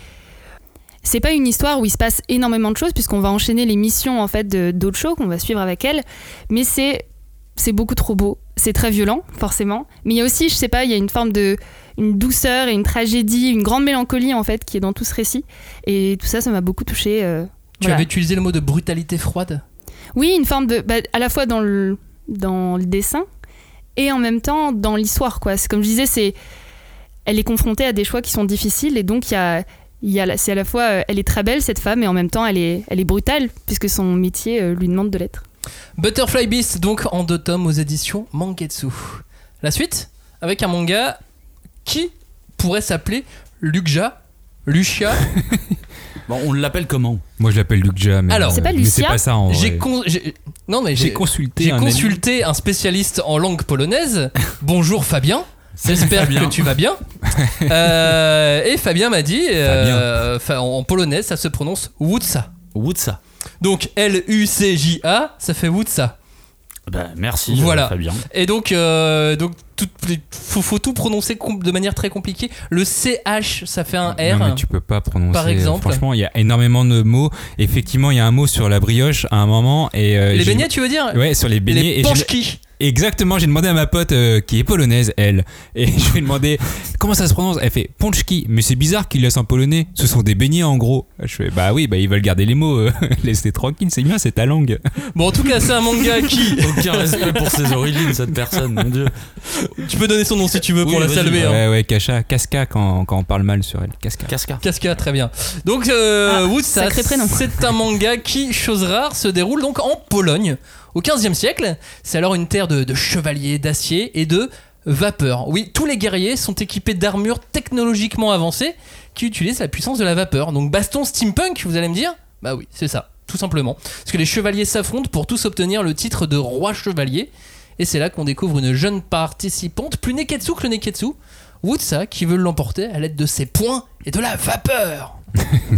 C'est pas une histoire où il se passe énormément de choses puisqu'on va enchaîner les missions en fait de d'Ocho qu'on va suivre avec elle, mais c'est c'est beaucoup trop beau, c'est très violent forcément, mais il y a aussi, je sais pas, il y a une forme de une douceur et une tragédie, une grande mélancolie en fait qui est dans tout ce récit et tout ça, ça m'a beaucoup touchée. Euh, Tu voilà. avais utilisé le mot de brutalité froide. Oui, une forme de bah, à la fois dans le dans le dessin et en même temps dans l'histoire quoi. C'est comme je disais, c'est elle est confrontée à des choix qui sont difficiles et donc il y a Il y a, c'est à la fois, euh, elle est très belle cette femme et en même temps elle est, elle est brutale puisque son métier euh, lui demande de l'être. Butterfly Beast, donc en deux tomes aux éditions Mangetsu. La suite, avec un manga qui pourrait s'appeler Lukja, Lucia. Bon, on l'appelle comment? Moi je l'appelle Lukja, mais, Alors, euh, c'est pas mais c'est Lucia pas ça en J'ai vrai. con- j'ai- non mais J'ai j'ai, consulté j'ai un consulté un spécialiste en langue polonaise. Bonjour Fabien. J'espère Fabien. que tu vas bien. Euh, et Fabien m'a dit, euh, fa- en polonais, ça se prononce Wutsa. Wutsa. Donc L U C J A, ça fait Wutsa. Bah, merci, Voilà. euh, Fabien. Et donc, euh, donc tout, faut, faut tout prononcer com- de manière très compliquée. Le C H, ça fait un R. Non, mais tu peux pas prononcer. Par exemple. Franchement, il y a énormément de mots. Effectivement, il y a un mot sur la brioche à un moment. Et, euh, Les j'ai- beignets, tu veux dire? Ouais, sur les beignets. Les et j'ai- panchki. Exactement, j'ai demandé à ma pote euh, qui est polonaise, elle, et je lui ai demandé comment ça se prononce. Elle fait ponchki, mais c'est bizarre qu'ils laissent en polonais. Ce sont des beignets en gros. Je fais bah oui, bah ils veulent garder les mots. euh, Laissez tranquille, c'est bien, c'est ta langue. Bon, en tout cas, c'est un manga qui. Aucun respect pour ses origines, cette personne, mon dieu. Tu peux donner son nom si tu veux Oui, pour la vas-y. saluer. hein. Ouais, ouais, Kasha, Casca quand, quand on parle mal sur elle. Casca. Casca. Casca, très bien. Donc, euh, Ah, Wutsa, sacré prénom. c'est un manga qui, chose rare, se déroule donc en Pologne, au quinzième siècle. C'est alors une terre de, de chevaliers, d'acier et de vapeur. Oui, tous les guerriers sont équipés d'armures technologiquement avancées qui utilisent la puissance de la vapeur. Donc, baston steampunk, vous allez me dire? Bah oui, c'est ça, tout simplement. Parce que les chevaliers s'affrontent pour tous obtenir le titre de roi chevalier. Et c'est là qu'on découvre une jeune participante, plus neketsu que le neketsu, Wutsa, qui veut l'emporter à l'aide de ses poings et de la vapeur. Oui.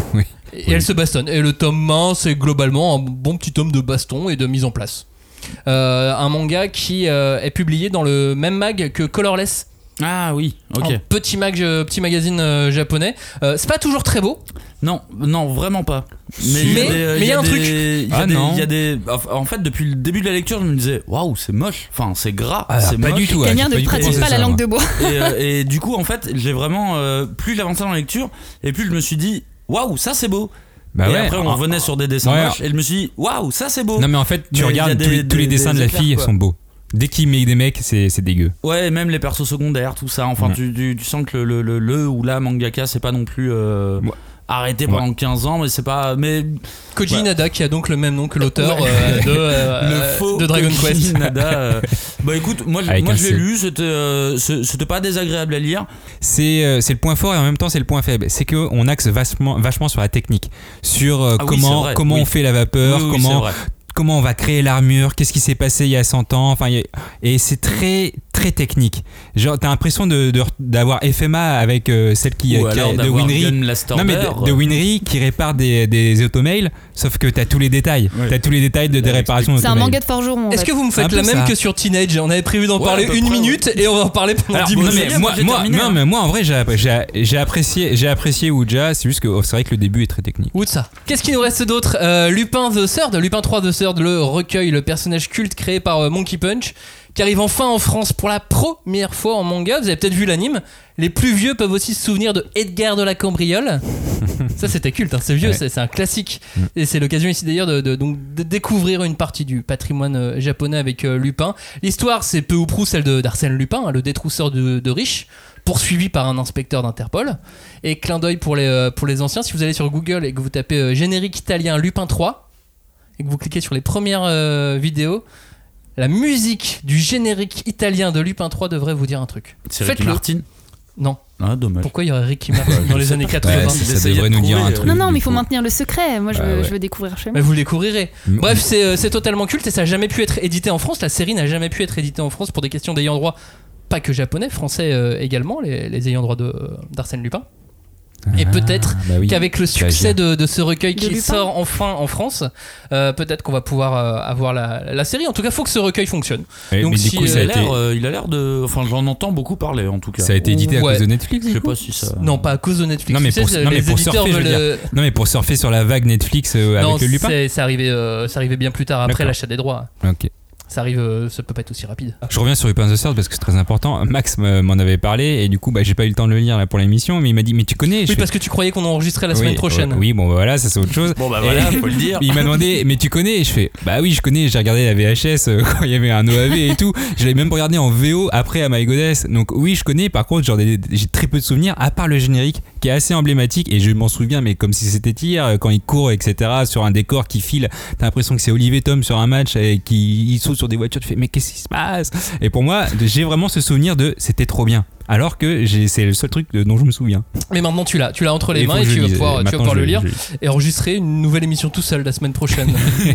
Et oui. Elle se bastonne. Et le tome un, c'est globalement un bon petit tome de baston et de mise en place. Euh, un manga qui euh, est publié dans le même mag que Colorless. Ah oui, ok. Un petit mag, euh, petit magazine euh, japonais. Euh, c'est pas toujours très beau. Non, non, vraiment pas. Mais il euh, y, y a un des, truc. Il y a ah des, non. Il y a des. En fait, depuis le début de la lecture, je me disais, waouh, c'est moche. Enfin, c'est gras. Ah, c'est pas moche. du tout. Quelqu'un Ouais, ne pratique pas la langue de bois. Et, euh, et du coup, en fait, j'ai vraiment. Euh, plus j'avançais dans la lecture, et plus je me suis dit, waouh, ça c'est beau. Bah et ouais, après, on en, revenait sur des dessins ouais. moches, et je me suis dit, waouh, ça c'est beau. Non, mais en fait, tu mais regardes des, tous, les, tous les des, dessins des de la éclairs, fille quoi. sont beaux. Dès qu'il met des mecs, c'est, c'est dégueu. Ouais, même les persos secondaires, tout ça. Enfin, mmh. tu, tu, tu sens que le, le, le ou la mangaka, c'est pas non plus euh, ouais. arrêté pendant ouais. quinze ans, mais c'est pas. Mais Koji ouais. Nada, qui a donc le même nom que l'auteur ouais. euh, de, euh, le faux de Dragon Koji Quest. Nada. Euh, bah écoute, moi, moi je l'ai lu, c'était, euh, c'était pas désagréable à lire. C'est, euh, c'est le point fort et en même temps c'est le point faible. C'est qu'on axe vachement, vachement sur la technique, sur euh, ah comment, oui, comment oui. on fait la vapeur, oui, oui, comment. Comment on va créer l'armure, qu'est-ce qui s'est passé il y a cent ans, enfin, et c'est très très technique. Genre t'as l'impression de, de d'avoir F M A avec euh, celle qui, Ou qui alors de Winry, non mais de, de Winry qui répare des, des automails, sauf que t'as tous les détails, ouais. t'as tous les détails de des réparations. C'est un manga de forgeron. Est-ce que vous me faites la même ça. Que sur Teenage? On avait prévu d'en ouais, parler une près, minute ouais. et on va en parler pendant alors, dix minutes. Mais moi, moi, moi, non, mais moi en vrai j'ai, j'ai, j'ai apprécié j'ai apprécié Ouja, c'est juste que oh, c'est vrai que le début est très technique. Ouja. Qu'est-ce qu'il nous reste d'autre? euh, Lupin the Third, Lupin trois the Third, le recueil, le personnage culte créé par euh, Monkey Punch, qui arrive enfin en France pour la première fois en manga. Vous avez peut-être vu l'anime. Les plus vieux peuvent aussi se souvenir de Edgar de la Cambriole. Ça c'était culte, hein. C'est vieux, ouais. c'est, c'est un classique. Mm. Et c'est l'occasion ici d'ailleurs de, de, donc, de découvrir une partie du patrimoine euh, japonais avec euh, Lupin. L'histoire c'est peu ou prou celle de, d'Arsène Lupin, hein, le détrousseur de, de riches, poursuivi par un inspecteur d'Interpol. Et clin d'œil pour les, euh, pour les anciens, si vous allez sur Google et que vous tapez euh, générique italien Lupin trois et que vous cliquez sur les premières euh, vidéos, la musique du générique italien de Lupin trois devrait vous dire un truc. C'est Ricky Martin ? Non. Ah, dommage. Pourquoi il y aurait Ricky Martin dans les années quatre-vingts? Ouais, ça, ça devrait nous dire un truc. Non, non, mais il faut maintenir le secret. Moi, je, bah, veux, ouais. je veux découvrir chez moi. Mais vous le découvrirez. Bref, c'est, c'est totalement culte et ça n'a jamais pu être édité en France. La série n'a jamais pu être éditée en France pour des questions d'ayant droit, pas que japonais, français euh, également, les, les ayants droit de, d'Arsène Lupin. Et ah, peut-être bah oui, qu'avec le succès de, de ce recueil qui sort enfin en France, euh, peut-être qu'on va pouvoir euh, avoir la, la série. En tout cas, il faut que ce recueil fonctionne. Et donc, mais si, du coup, euh, ça a été... l'air, euh, il a l'air de. Enfin, j'en entends beaucoup parler en tout cas. Ça a été édité à ouais. cause de Netflix. Je sais pas si ça. Non, pas à cause de Netflix. Non, mais pour, sais, non, les mais pour éditeurs surfer, veulent. Non, mais pour surfer sur la vague Netflix euh, non, avec le Lupin. C'est, c'est, arrivé, euh, c'est arrivé bien plus tard après D'accord. l'achat des droits. Ok. Ça arrive, euh, ça peut pas être aussi rapide. Je reviens sur Lupin the Third parce que c'est très important. Max m'en avait parlé et du coup bah, j'ai pas eu le temps de le lire là, pour l'émission, mais il m'a dit mais tu connais. Oui, fais... parce que tu croyais qu'on enregistrait la oui, semaine prochaine. Oui, bon bah voilà, ça c'est autre chose. Bon bah voilà, faut le dire. Il m'a demandé mais tu connais et je fais bah oui je connais, j'ai regardé la V H S euh, quand il y avait un O A V et tout. Je l'avais même regardé en V O après à My Goddess. Donc oui je connais. Par contre genre, j'ai très peu de souvenirs à part le générique qui est assez emblématique et je m'en souviens mais comme si c'était hier quand il court etc sur un décor qui file. T'as l'impression que c'est Olivier Tom sur un match et qui saute sur des voitures. Tu fais mais qu'est-ce qui se passe? Et pour moi, j'ai vraiment ce souvenir de c'était trop bien. Alors que j'ai, c'est le seul truc dont je me souviens. Mais maintenant tu l'as, tu l'as entre les et mains et tu vas lise, pouvoir, tu vas pouvoir je, le lire je... et enregistrer une nouvelle émission tout seul la semaine prochaine.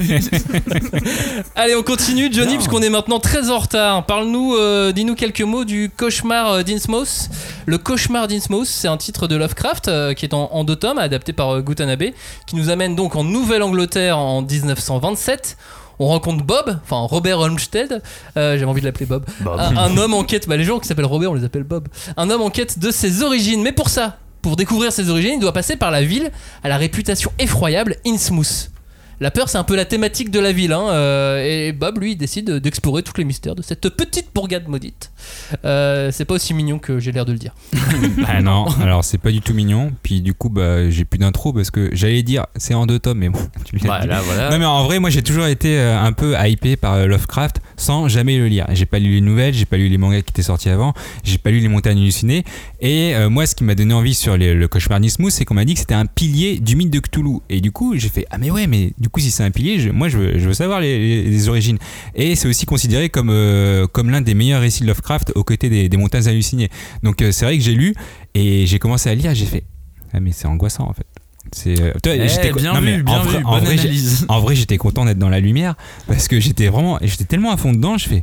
Allez, on continue, Johnny, non. puisqu'on est maintenant très en retard. Parle-nous, euh, dis-nous quelques mots du Cauchemar d'Innsmouth. Le Cauchemar d'Innsmouth, c'est un titre de Lovecraft euh, qui est en, en deux tomes, adapté par euh, Gutanabe, qui nous amène donc en Nouvelle-Angleterre en dix-neuf cent vingt-sept. On rencontre Bob, enfin Robert Olmsted, euh, j'avais envie de l'appeler Bob, Bob. Un, un homme en quête, bah les gens qui s'appellent Robert on les appelle Bob, un homme en quête de ses origines, mais pour ça, pour découvrir ses origines, il doit passer par la ville à la réputation effroyable, Innsmouth. La peur c'est un peu la thématique de la ville, hein, euh, et Bob lui il décide d'explorer tous les mystères de cette petite bourgade maudite. Euh, c'est pas aussi mignon que j'ai l'air de le dire. Bah non, alors c'est pas du tout mignon, puis du coup bah, j'ai plus d'intro parce que j'allais dire c'est en deux tomes mais bon tu l'as voilà, dit. Voilà. Non mais en vrai moi j'ai toujours été euh, un peu hypé par euh, Lovecraft sans jamais le lire. J'ai pas lu les nouvelles, j'ai pas lu les mangas qui étaient sortis avant, j'ai pas lu les Montagnes hallucinées et euh, moi ce qui m'a donné envie sur les, le Cauchemar d'Innsmouth c'est qu'on m'a dit que c'était un pilier du mythe de Cthulhu et du coup j'ai fait ah mais ouais mais du coup si c'est un pilier je, moi je veux, je veux savoir les, les, les origines et c'est aussi considéré comme, euh, comme l'un des meilleurs récits de Lovecraft aux côtés des, des Montagnes hallucinées donc euh, c'est vrai que j'ai lu et j'ai commencé à lire et j'ai fait ah mais c'est angoissant en fait. C'est euh, toi, hey, j'étais bien non, vu, mais bien en vu, vrai, bonne en vrai, analyse. En vrai j'étais content d'être dans la lumière parce que j'étais vraiment j'étais tellement à fond dedans je fais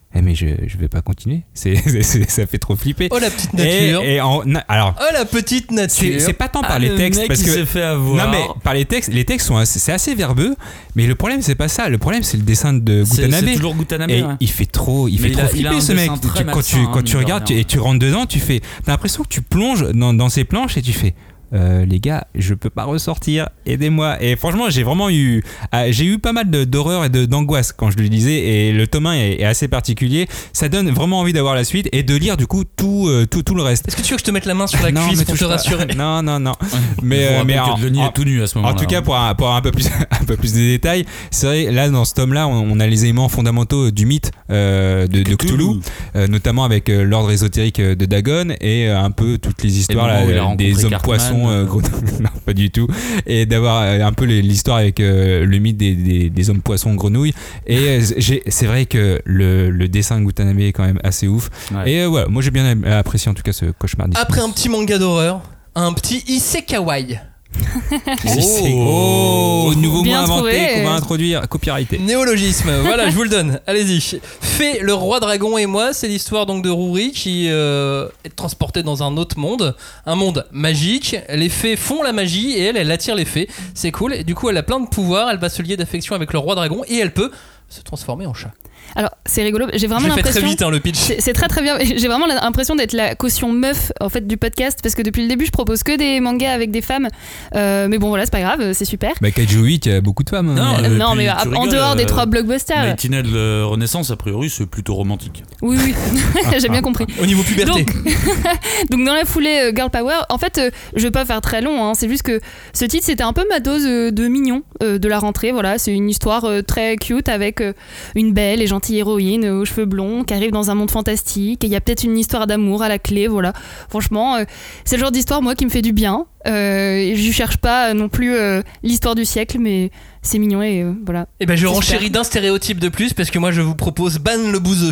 Eh mais je je vais pas continuer. C'est, c'est, c'est ça fait trop flipper. Oh la petite nature. Et, et en, na, alors. Oh la petite nature. C'est, c'est pas tant par ah, les textes mec parce qui que s'est fait avoir. non mais par les textes, les textes sont assez, c'est assez verbeux. Mais le problème c'est pas ça. Le problème c'est le dessin de Gutanabe. C'est, c'est toujours Gutanabe. Et ouais. il fait trop, il mais fait il trop a, flipper ce mec. Tu, quand tu quand hein, tu regardes tu, et tu rentres dedans, tu fais, t'as l'impression que tu plonges dans dans ces planches et tu fais. Euh, les gars, je peux pas ressortir, aidez-moi. Et franchement, j'ai vraiment eu, euh, j'ai eu pas mal de, d'horreur et de, d'angoisse quand je le lisais. Et le tome un est, est assez particulier. Ça donne vraiment envie d'avoir la suite et de lire du coup tout, euh, tout, tout le reste. Est-ce que tu veux que je te mette la main sur la non, cuisse pour te pas. rassurer? Non, non, non. mais euh, mais en, que Denis en, est tout nu à ce moment-là. En tout cas, pour un, pour un peu plus, un peu plus de détails, c'est vrai. Là, dans ce tome-là, on, on a les éléments fondamentaux du mythe euh, de, de Cthulhu, euh, notamment avec euh, l'ordre ésotérique de Dagon et euh, un peu toutes les histoires là, euh, des hommes poissons. Euh, gros, non, pas du tout. Et d'avoir un peu l'histoire avec euh, le mythe des, des, des hommes poissons grenouilles. Et j'ai, c'est vrai que le, le dessin de Gutanabe est quand même assez ouf. Ouais. Et euh, voilà, moi j'ai bien apprécié en tout cas ce cauchemar. Après un petit manga d'horreur, un petit isekawai. Oh, oh, nouveau mot inventé trouvé. Qu'on va introduire, copyrighté. Néologisme, voilà, je vous le donne. Allez-y. Fée, le roi dragon et moi, c'est l'histoire donc de Ruri qui euh, est transportée dans un autre monde, un monde magique. Les fées font la magie et elle, elle attire les fées. C'est cool. Et du coup, elle a plein de pouvoirs. Elle va se lier d'affection avec le roi dragon et elle peut se transformer en chat. Alors, c'est rigolo. J'ai vraiment J'ai l'impression. fait très vite hein, le pitch. C'est, c'est très très bien. J'ai vraiment l'impression d'être la caution meuf en fait du podcast parce que depuis le début, je propose que des mangas avec des femmes. Euh, mais bon, voilà, c'est pas grave, c'est super. Bah, Kaiju huit, il y a beaucoup de femmes. Hein. Non, euh, non mais en rigoles, dehors euh, des trois blockbusters. Mais Tinel euh, Renaissance, a priori, c'est plutôt romantique. Oui, oui, j'ai bien compris. Au niveau puberté. Donc, donc dans la foulée, euh, Girl Power. En fait, euh, je vais pas faire très long. Hein, c'est juste que ce titre, c'était un peu ma dose euh, de mignon euh, de la rentrée. Voilà, c'est une histoire euh, très cute avec euh, une belle et gentille héroïne euh, aux cheveux blonds qui arrive dans un monde fantastique et il y a peut-être une histoire d'amour à la clé. Voilà, franchement, euh, c'est le genre d'histoire moi qui me fait du bien. Euh, je cherche pas non plus euh, l'histoire du siècle, mais c'est mignon et euh, voilà. Et ben je c'est renchéris super. D'un stéréotype de plus parce que moi je vous propose Ban le bouseux.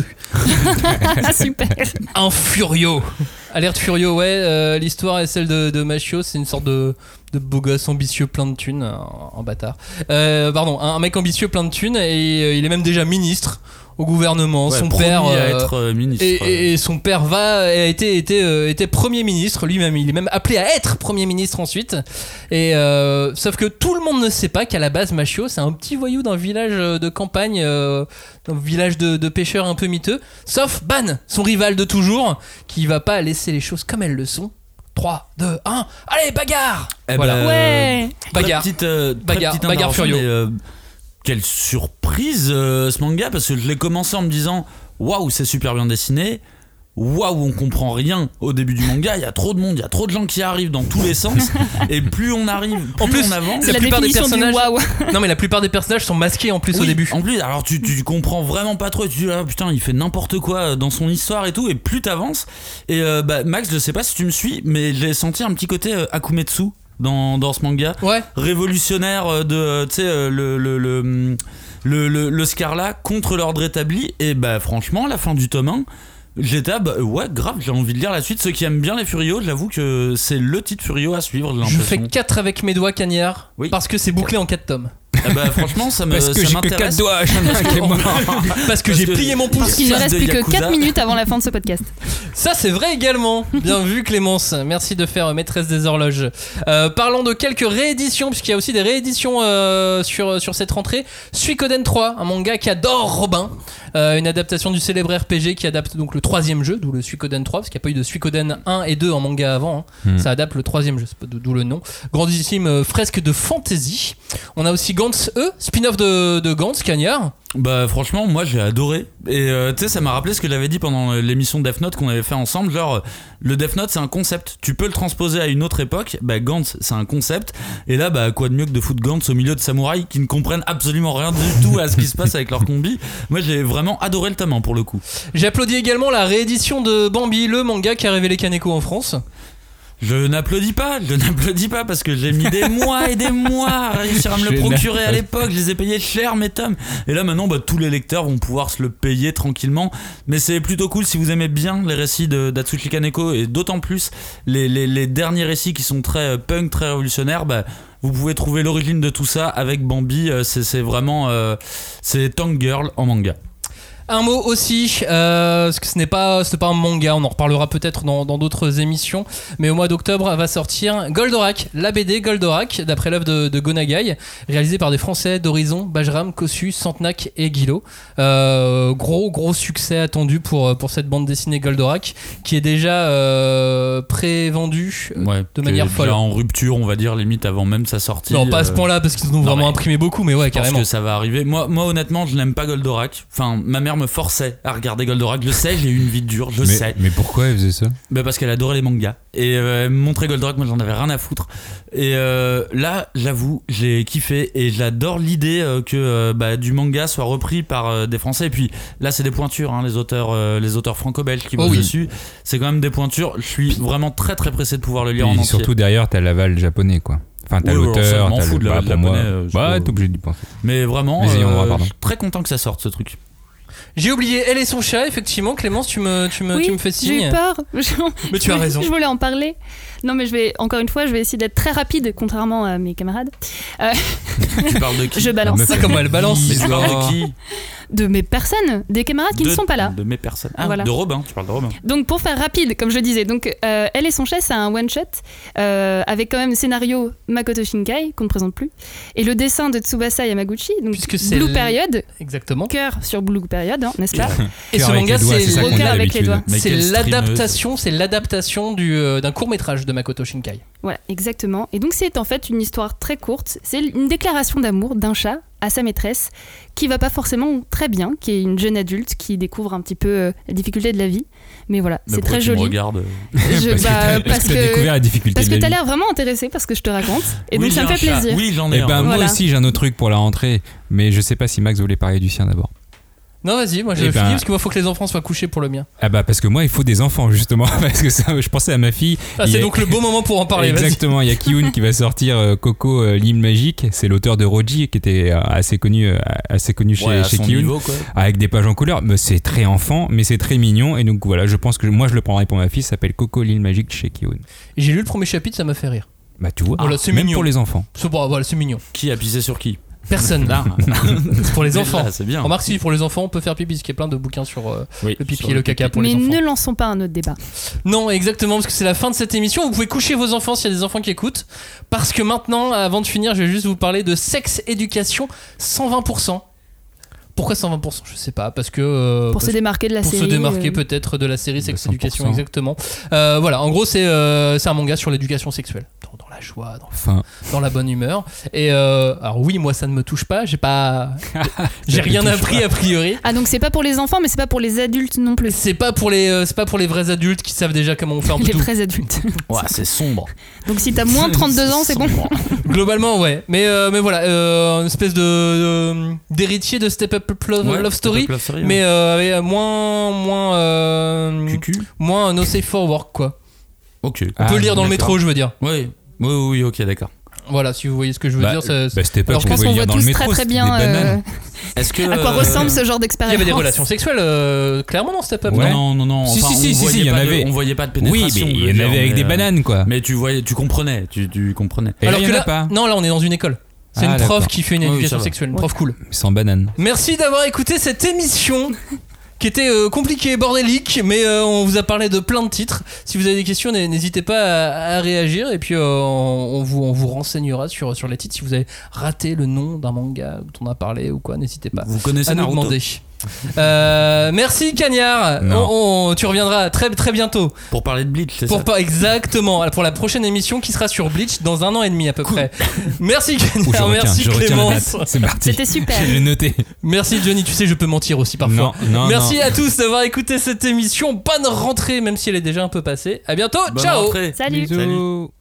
Super. Un furio. Alerte furio, ouais. Euh, l'histoire est celle de, de Machio, c'est une sorte de, de beau gosse ambitieux plein de thunes, en, en bâtard. Euh, pardon, un, un mec ambitieux plein de thunes et euh, il est même déjà ministre au gouvernement. Ouais, son promis père à euh, être euh, ministre. Et, et, et son père va a été été euh, était premier ministre lui-même. Il est même appelé à être premier ministre ensuite. Et euh, sauf que tout le monde ne sait pas qu'à la base Machio c'est un petit voyou d'un village de campagne, euh, d'un village de, de pêcheurs un peu miteux. Sauf Ban, son rival de toujours, qui va pas laisser les choses comme elles le sont. trois, deux, un, allez bagarre. Eh voilà. ben, ouais. Bagarre. Petite, euh, bagarre. petite bagarre furio. Mais, euh, quelle surprise euh, ce manga, parce que je l'ai commencé en me disant waouh, c'est super bien dessiné. Waouh, on comprend rien au début du manga, il y a trop de monde, il y a trop de gens qui arrivent dans tous les sens et plus on arrive, plus en plus, on avance. La, la plupart des personnages wow. Non mais la plupart des personnages sont masqués en plus oui, au début. En plus, alors tu, tu comprends vraiment pas trop et tu dis ah, putain, il fait n'importe quoi dans son histoire et tout, et plus t'avances et euh, bah, Max, je sais pas si tu me suis, mais j'ai senti un petit côté euh, Akumetsu dans, dans ce manga. Ouais. Révolutionnaire de tu sais euh, le le le le, le, le Scarla contre l'ordre établi, et bah franchement la fin du tome un, j'étais ah bah ouais grave, j'ai envie de lire la suite. Ceux qui aiment bien les Furios, j'avoue que c'est le titre Furio à suivre. Je fais quatre avec mes doigts, Cagnard, oui. Parce que c'est bouclé en quatre tomes. Ah bah franchement ça me parce que ça j'ai m'intéresse. que quatre doigts. Parce que parce j'ai que plié mon pouce. Parce qu'il ne reste plus que quatre minutes avant la fin de ce podcast. Ça c'est vrai également. Bien vu Clémence, merci de faire maîtresse des horloges. euh, Parlons de quelques rééditions, puisqu'il y a aussi des rééditions euh, sur, sur cette rentrée. Suikoden trois, un manga qu'adore Robin, euh, une adaptation du célèbre R P G qui adapte donc le troisième jeu, d'où le Suikoden trois, parce qu'il n'y a pas eu de Suikoden un et deux en manga avant, hein. hmm. Ça adapte le troisième jeu, d'où le nom. Grandissime euh, fresque de fantasy. On a aussi Gantz E, spin-off de, de Gantz, Cagnard. Bah franchement moi j'ai adoré et euh, tu sais ça m'a rappelé ce que j'avais dit pendant l'émission Death Note qu'on avait fait ensemble, genre le Death Note c'est un concept, tu peux le transposer à une autre époque. Bah Gantz c'est un concept, et là bah quoi de mieux que de foutre Gantz au milieu de samouraïs qui ne comprennent absolument rien du tout à ce qui se passe avec leur combi. Moi j'ai vraiment adoré le tome un pour le coup. J'applaudis également la réédition de Bambi, le manga qui a révélé Kaneko en France. Je n'applaudis pas, je n'applaudis pas parce que j'ai mis des mois et des mois à réussir à me le procurer à l'époque. Je les ai payés cher mes tomes. Et là maintenant bah, tous les lecteurs vont pouvoir se le payer tranquillement. Mais c'est plutôt cool si vous aimez bien les récits de d'Atsushi Kaneko, et d'autant plus les, les, les derniers récits qui sont très punk, très révolutionnaires. Bah, vous pouvez trouver l'origine de tout ça avec Bambi. C'est, c'est vraiment euh, c'est Tank Girl en manga. Un mot aussi, euh, parce que ce n'est pas, ce n'est pas un manga, on en reparlera peut-être dans, dans d'autres émissions, mais au mois d'octobre va sortir Goldorak, la B D Goldorak, d'après l'œuvre de, de Gonagai, réalisée par des Français d'Horizon, Bajram, Kossu, Santenac et Guillot. Euh, gros gros succès attendu pour, pour cette bande dessinée Goldorak, qui est déjà euh, pré-vendue ouais, de manière folle. En rupture, on va dire, limite avant même sa sortie. Non, pas à ce point-là, parce qu'ils ont non, vraiment imprimé beaucoup, mais ouais, je carrément. Je pense que ça va arriver. Moi, moi, honnêtement, je n'aime pas Goldorak. Enfin, ma mère me forçait à regarder Goldorak. Je sais, j'ai eu une vie dure, je mais, sais. Mais pourquoi elle faisait ça? Bah parce qu'elle adorait les mangas. Et euh, elle me montrait Goldorak, moi j'en avais rien à foutre. Et euh, là, j'avoue, j'ai kiffé et j'adore l'idée euh, que euh, bah, du manga soit repris par euh, des Français. Et puis là, c'est des pointures, hein, les auteurs, euh, les auteurs franco-belges qui bossent oh oui. dessus. C'est quand même des pointures. Je suis vraiment très très pressé de pouvoir le lire et en entier. Surtout derrière, t'as l'aval japonais, quoi. Enfin, t'as oui, l'auteur, t'as le de bah, la, pour moi. Euh, bah, t'es obligé d'y penser. Mais vraiment, Mais euh, droit, pardon. je suis très content que ça sorte ce truc. J'ai oublié Elle et son chat, effectivement. Clémence, tu me, tu me, oui, tu me fais signe. J'ai eu peur. Mais tu as raison. Je voulais en parler. Non, mais je vais, encore une fois, je vais essayer d'être très rapide, contrairement à mes camarades. Euh... Tu parles de qui? Je balance. Ça, comment elle balance? Mais tu parles de qui? De mes personnes, des camarades qui de, ne sont pas là. De mes personnes. Ah, voilà. De Robin, tu parles de Robin. Donc, pour faire rapide, comme je disais, donc, euh, Elle et son chat, c'est un one-shot euh, avec quand même scénario Makoto Shinkai, qu'on ne présente plus, et le dessin de Tsubasa Yamaguchi, donc Puisque c'est Blue l... Period. Exactement. Cœur sur Blue Period, hein, n'est-ce pas? Et ce manga, c'est, c'est le cœur avec les doigts. C'est l'adaptation, c'est l'adaptation du, euh, d'un court-métrage de Makoto Shinkai. Voilà, exactement. Et donc, c'est en fait une histoire très courte. C'est une déclaration d'amour d'un chat à sa maîtresse qui va pas forcément très bien, qui est une jeune adulte qui découvre un petit peu euh, la difficulté de la vie. Mais voilà, mais c'est très tu joli. Me regardes je, parce, bah, que parce que t'as découvert la difficulté parce de que la t'as vie. l'air vraiment intéressé par ce que je te raconte. Et oui, donc ça me fait chat. plaisir. Oui, j'en ai. Et ben, un. moi voilà. aussi, j'ai un autre truc pour la rentrée, mais je sais pas si Max voulait parler du sien d'abord. Non, vas-y, moi je eh finis ben... parce qu'il faut que les enfants soient couchés pour le mien. Ah bah parce que moi il faut des enfants justement parce que ça, je pensais à ma fille. Ah, c'est a... donc le bon moment pour en parler. Exactement, vas-y. il y a Kiun qui va sortir euh, Coco euh, l'île magique, c'est l'auteur de Roji qui était euh, assez connu, euh, assez connu chez, ouais, chez Kiun, niveau, quoi. Avec des pages en couleur. Mais c'est très enfant, mais c'est très mignon et donc voilà, je pense que moi je le prendrai pour ma fille. Ça s'appelle Coco l'île magique chez Kiun. Et j'ai lu le premier chapitre, ça m'a fait rire. Bah tu vois, voilà, c'est même mignon. pour les enfants. C'est, bon, voilà, c'est mignon. Qui a pissé sur qui? Personne. Là. C'est pour les enfants. Là, c'est bien. Remarque, si pour les enfants, on peut faire pipi, parce qu'il y a plein de bouquins sur euh, oui, le pipi sur et le caca pour mais les enfants. Mais ne lançons pas un autre débat. Non, exactement, parce que c'est la fin de cette émission. Vous pouvez coucher vos enfants s'il y a des enfants qui écoutent. Parce que maintenant, avant de finir, je vais juste vous parler de Sex Education cent vingt pour cent. Pourquoi cent vingt pour cent? Je sais pas, parce que... Euh, pour parce se démarquer de la pour série. Pour se démarquer euh... peut-être de la série Sex cent pour cent. Education, exactement. Euh, voilà, en gros, c'est, euh, c'est un manga sur l'éducation sexuelle. Dans, dans la joie, dans, enfin. dans la bonne humeur. Et euh, alors oui, moi, ça ne me touche pas. J'ai pas... J'ai rien appris, a priori. Ah, donc c'est pas pour les enfants, mais c'est pas pour les adultes non plus. C'est pas pour les, euh, c'est pas pour les vrais adultes qui savent déjà comment on fait un peu les tout. Les vrais adultes. Ouais, c'est sombre. Donc si t'as moins de trente-deux ans, c'est bon. Globalement, ouais. Mais, euh, mais voilà, euh, une espèce de, de d'héritier de Step Up Love, ouais, Love Story, Step Up Love Story, mais ouais. euh, avec moins, moins, euh, Cucu. moins No Safe for Work, quoi. Ok. On Ah, peut lire dans le d'accord. métro, je veux dire. Oui, oui, oui, ok, d'accord. Voilà, si vous voyez ce que je veux bah, dire. Ça, bah, Step Up, alors je pense qu'on voit tous très très bien euh, Est-ce que, à quoi euh, ressemble ce genre il d'expérience. y avait des relations sexuelles, euh, clairement dans Step Up. Ouais. Non, non, non. Si, enfin, si, on si, si, voyait il y en pas de- avait. On voyait pas de Oui, pénétration. mais je il veux y en dire, avait avec mais, des euh, bananes quoi. Mais tu voyais, tu comprenais, tu, tu comprenais. Et Alors là, il que y en là, a pas. non, là on est dans une école. C'est Ah, une prof d'accord. qui fait une Oui, éducation ça va. sexuelle, une prof cool. Sans banane. Merci d'avoir écouté cette émission qui était euh, compliquée, bordélique, mais euh, on vous a parlé de plein de titres. Si vous avez des questions, n'hésitez pas à, à réagir et puis euh, on, vous, on vous renseignera sur, sur les titres. Si vous avez raté le nom d'un manga dont on a parlé ou quoi, n'hésitez pas Vous connaissez à nous Naruto? demander. Euh, merci Cagnard. On, on, tu reviendras très très bientôt pour parler de Bleach, c'est pour ça pas exactement pour la prochaine émission qui sera sur Bleach dans un an et demi à peu cool. près. Merci Cagnard, merci je Clémence. C'est parti. C'était super. Je l'ai noté. Merci Johnny, tu sais je peux mentir aussi parfois. Non, non, merci non. à tous d'avoir écouté cette émission. Bonne rentrée même si elle est déjà un peu passée. À bientôt. Bonne ciao. rentrée. Salut. Bisous. Salut.